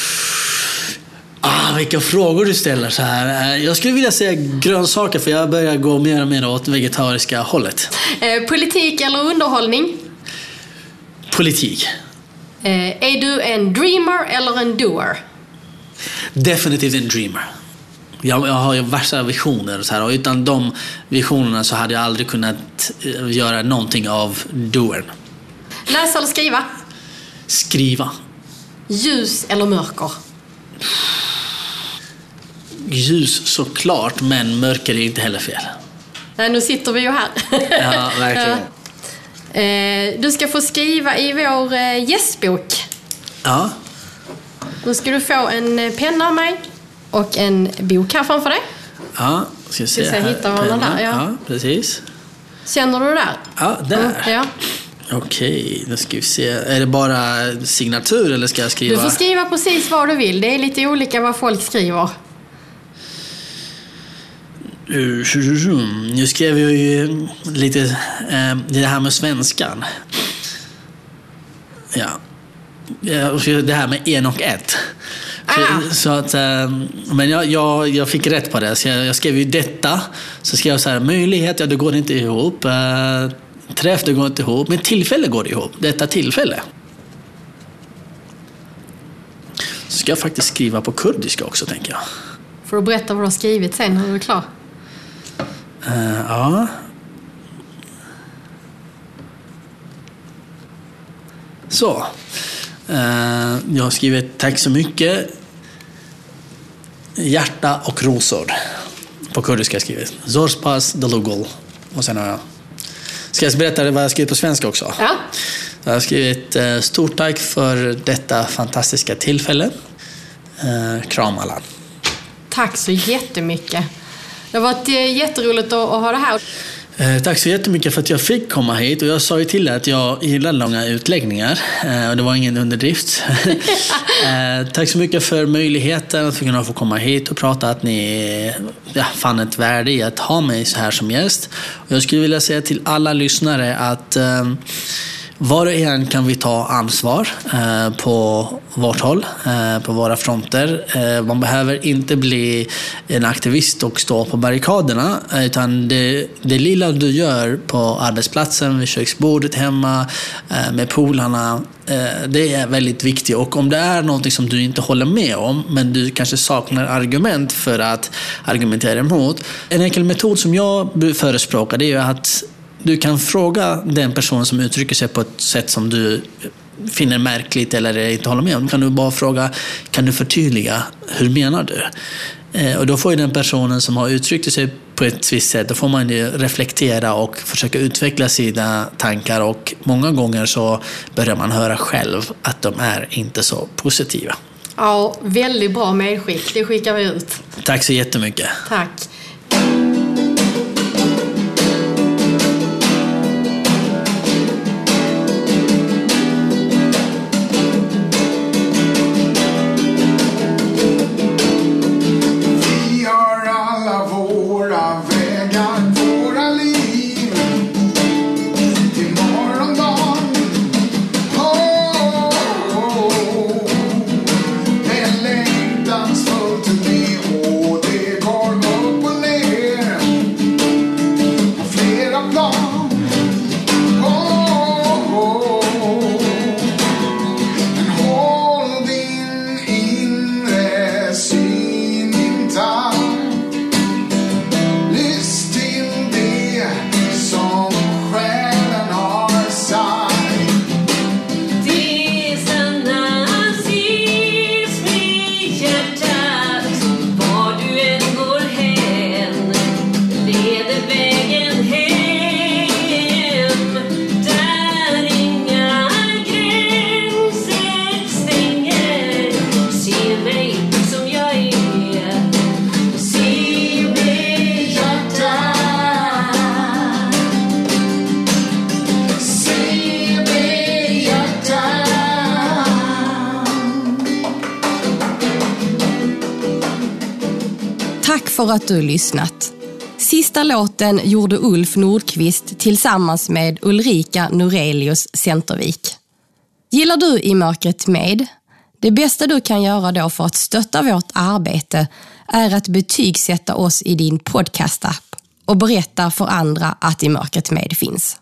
Ah, vilka frågor du ställer så här. Jag skulle vilja säga grönsaker, för jag börjar gå mer och mer åt vegetariska hållet. Eh, politik eller underhållning? Politik. Eh, är du en dreamer eller en doer? Definitivt en dreamer. Jag, jag har ju värsta visioner och så här, och utan de visionerna så hade jag aldrig kunnat göra någonting av doern. Läsa eller skriva? Skriva. Ljus eller mörker? Ljus såklart, men mörker är inte heller fel. Nej, nu sitter vi ju här. Ja, verkligen. Eh, du ska få skriva i vår eh, gästbok. Ja. Nu ska du få en penna av mig och en bok här framför dig. Ja, ska se ska jag här. hitta varandra där, ja. Ja, precis. Känner du det där? Ja, där. Mm, ja. Okej, nu ska vi se. Är det bara signatur eller ska jag skriva? Du får skriva precis vad du vill. Det är lite olika vad folk skriver. Nu skrev jag ju lite eh, det här med svenskan. Ja. Det här med en och ett. Ah. Så att, men jag, jag, jag fick rätt på det. Så jag, jag skrev ju detta. Så skrev jag så här, möjlighet, ja det går inte ihop. Träff, det går inte ihop. Men tillfälle går det ihop. Detta tillfälle. Så ska jag faktiskt skriva på kurdiska också, tänker jag. Får du berätta vad du har skrivit sen när du är klar? Uh, ja. Så. Uh, jag har skrivit tack så mycket. Hjärta och rosor. På kurdiska har jag skrivit. Zorspas dalugol. Och sen har jag... Ska jag berätta vad jag har skrivit på svenska också? Ja. Jag har skrivit uh, stort tack för detta fantastiska tillfälle. Eh, kram Allan. Tack så jättemycket. Det har varit jätteroligt att, att ha det här. Eh, tack så jättemycket för att jag fick komma hit. Och jag sa ju till er att jag gillar långa utläggningar. Eh, och det var ingen underdrift. eh, tack så mycket för möjligheten att kunna få komma hit och prata. Att ni ja, fann ett värde i att ha mig så här som gäst. Och jag skulle vilja säga till alla lyssnare att eh, var och en kan vi ta ansvar eh, på vårt håll, eh, på våra fronter. Eh, man behöver inte bli en aktivist och stå på barrikaderna, utan det, det lilla du gör på arbetsplatsen, vid köksbordet hemma, eh, med polarna, eh, det är väldigt viktigt. Och om det är något som du inte håller med om, men du kanske saknar argument för att argumentera emot. En enkel metod som jag förespråkar, det är ju att du kan fråga den person som uttrycker sig på ett sätt som du finner märkligt eller inte håller med om. Kan du bara fråga, kan du förtydliga, hur menar du? Eh, och då får ju den personen som har uttryckt sig på ett visst sätt, då får man ju reflektera och försöka utveckla sina tankar, och många gånger så börjar man höra själv att de är inte så positiva. Ja, väldigt bra medskick. Det skickar vi ut. Tack så jättemycket. Tack. Tack för att du lyssnat. Sista låten gjorde Ulf Nordqvist tillsammans med Ulrika Norelius Centervik. Gillar du I mörkret med? Det bästa du kan göra då för att stötta vårt arbete är att betygsätta oss i din podcastapp och berätta för andra att I mörkret med finns.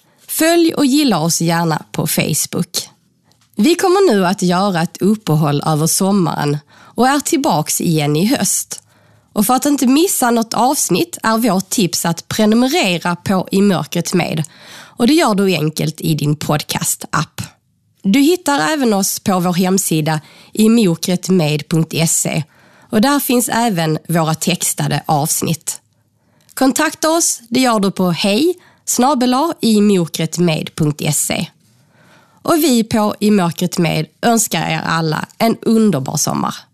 Följ och gilla oss gärna på Facebook. Vi kommer nu att göra ett uppehåll över sommaren och är tillbaks igen i höst. Och för att inte missa något avsnitt är vårt tips att prenumerera på I mörkret med. Och det gör du enkelt i din podcast-app. Du hittar även oss på vår hemsida i mokretmed punkt se. Och där finns även våra textade avsnitt. Kontakta oss, det gör du på hej snabel-a i mokretmed punkt se. Och vi på I mörkret med önskar er alla en underbar sommar.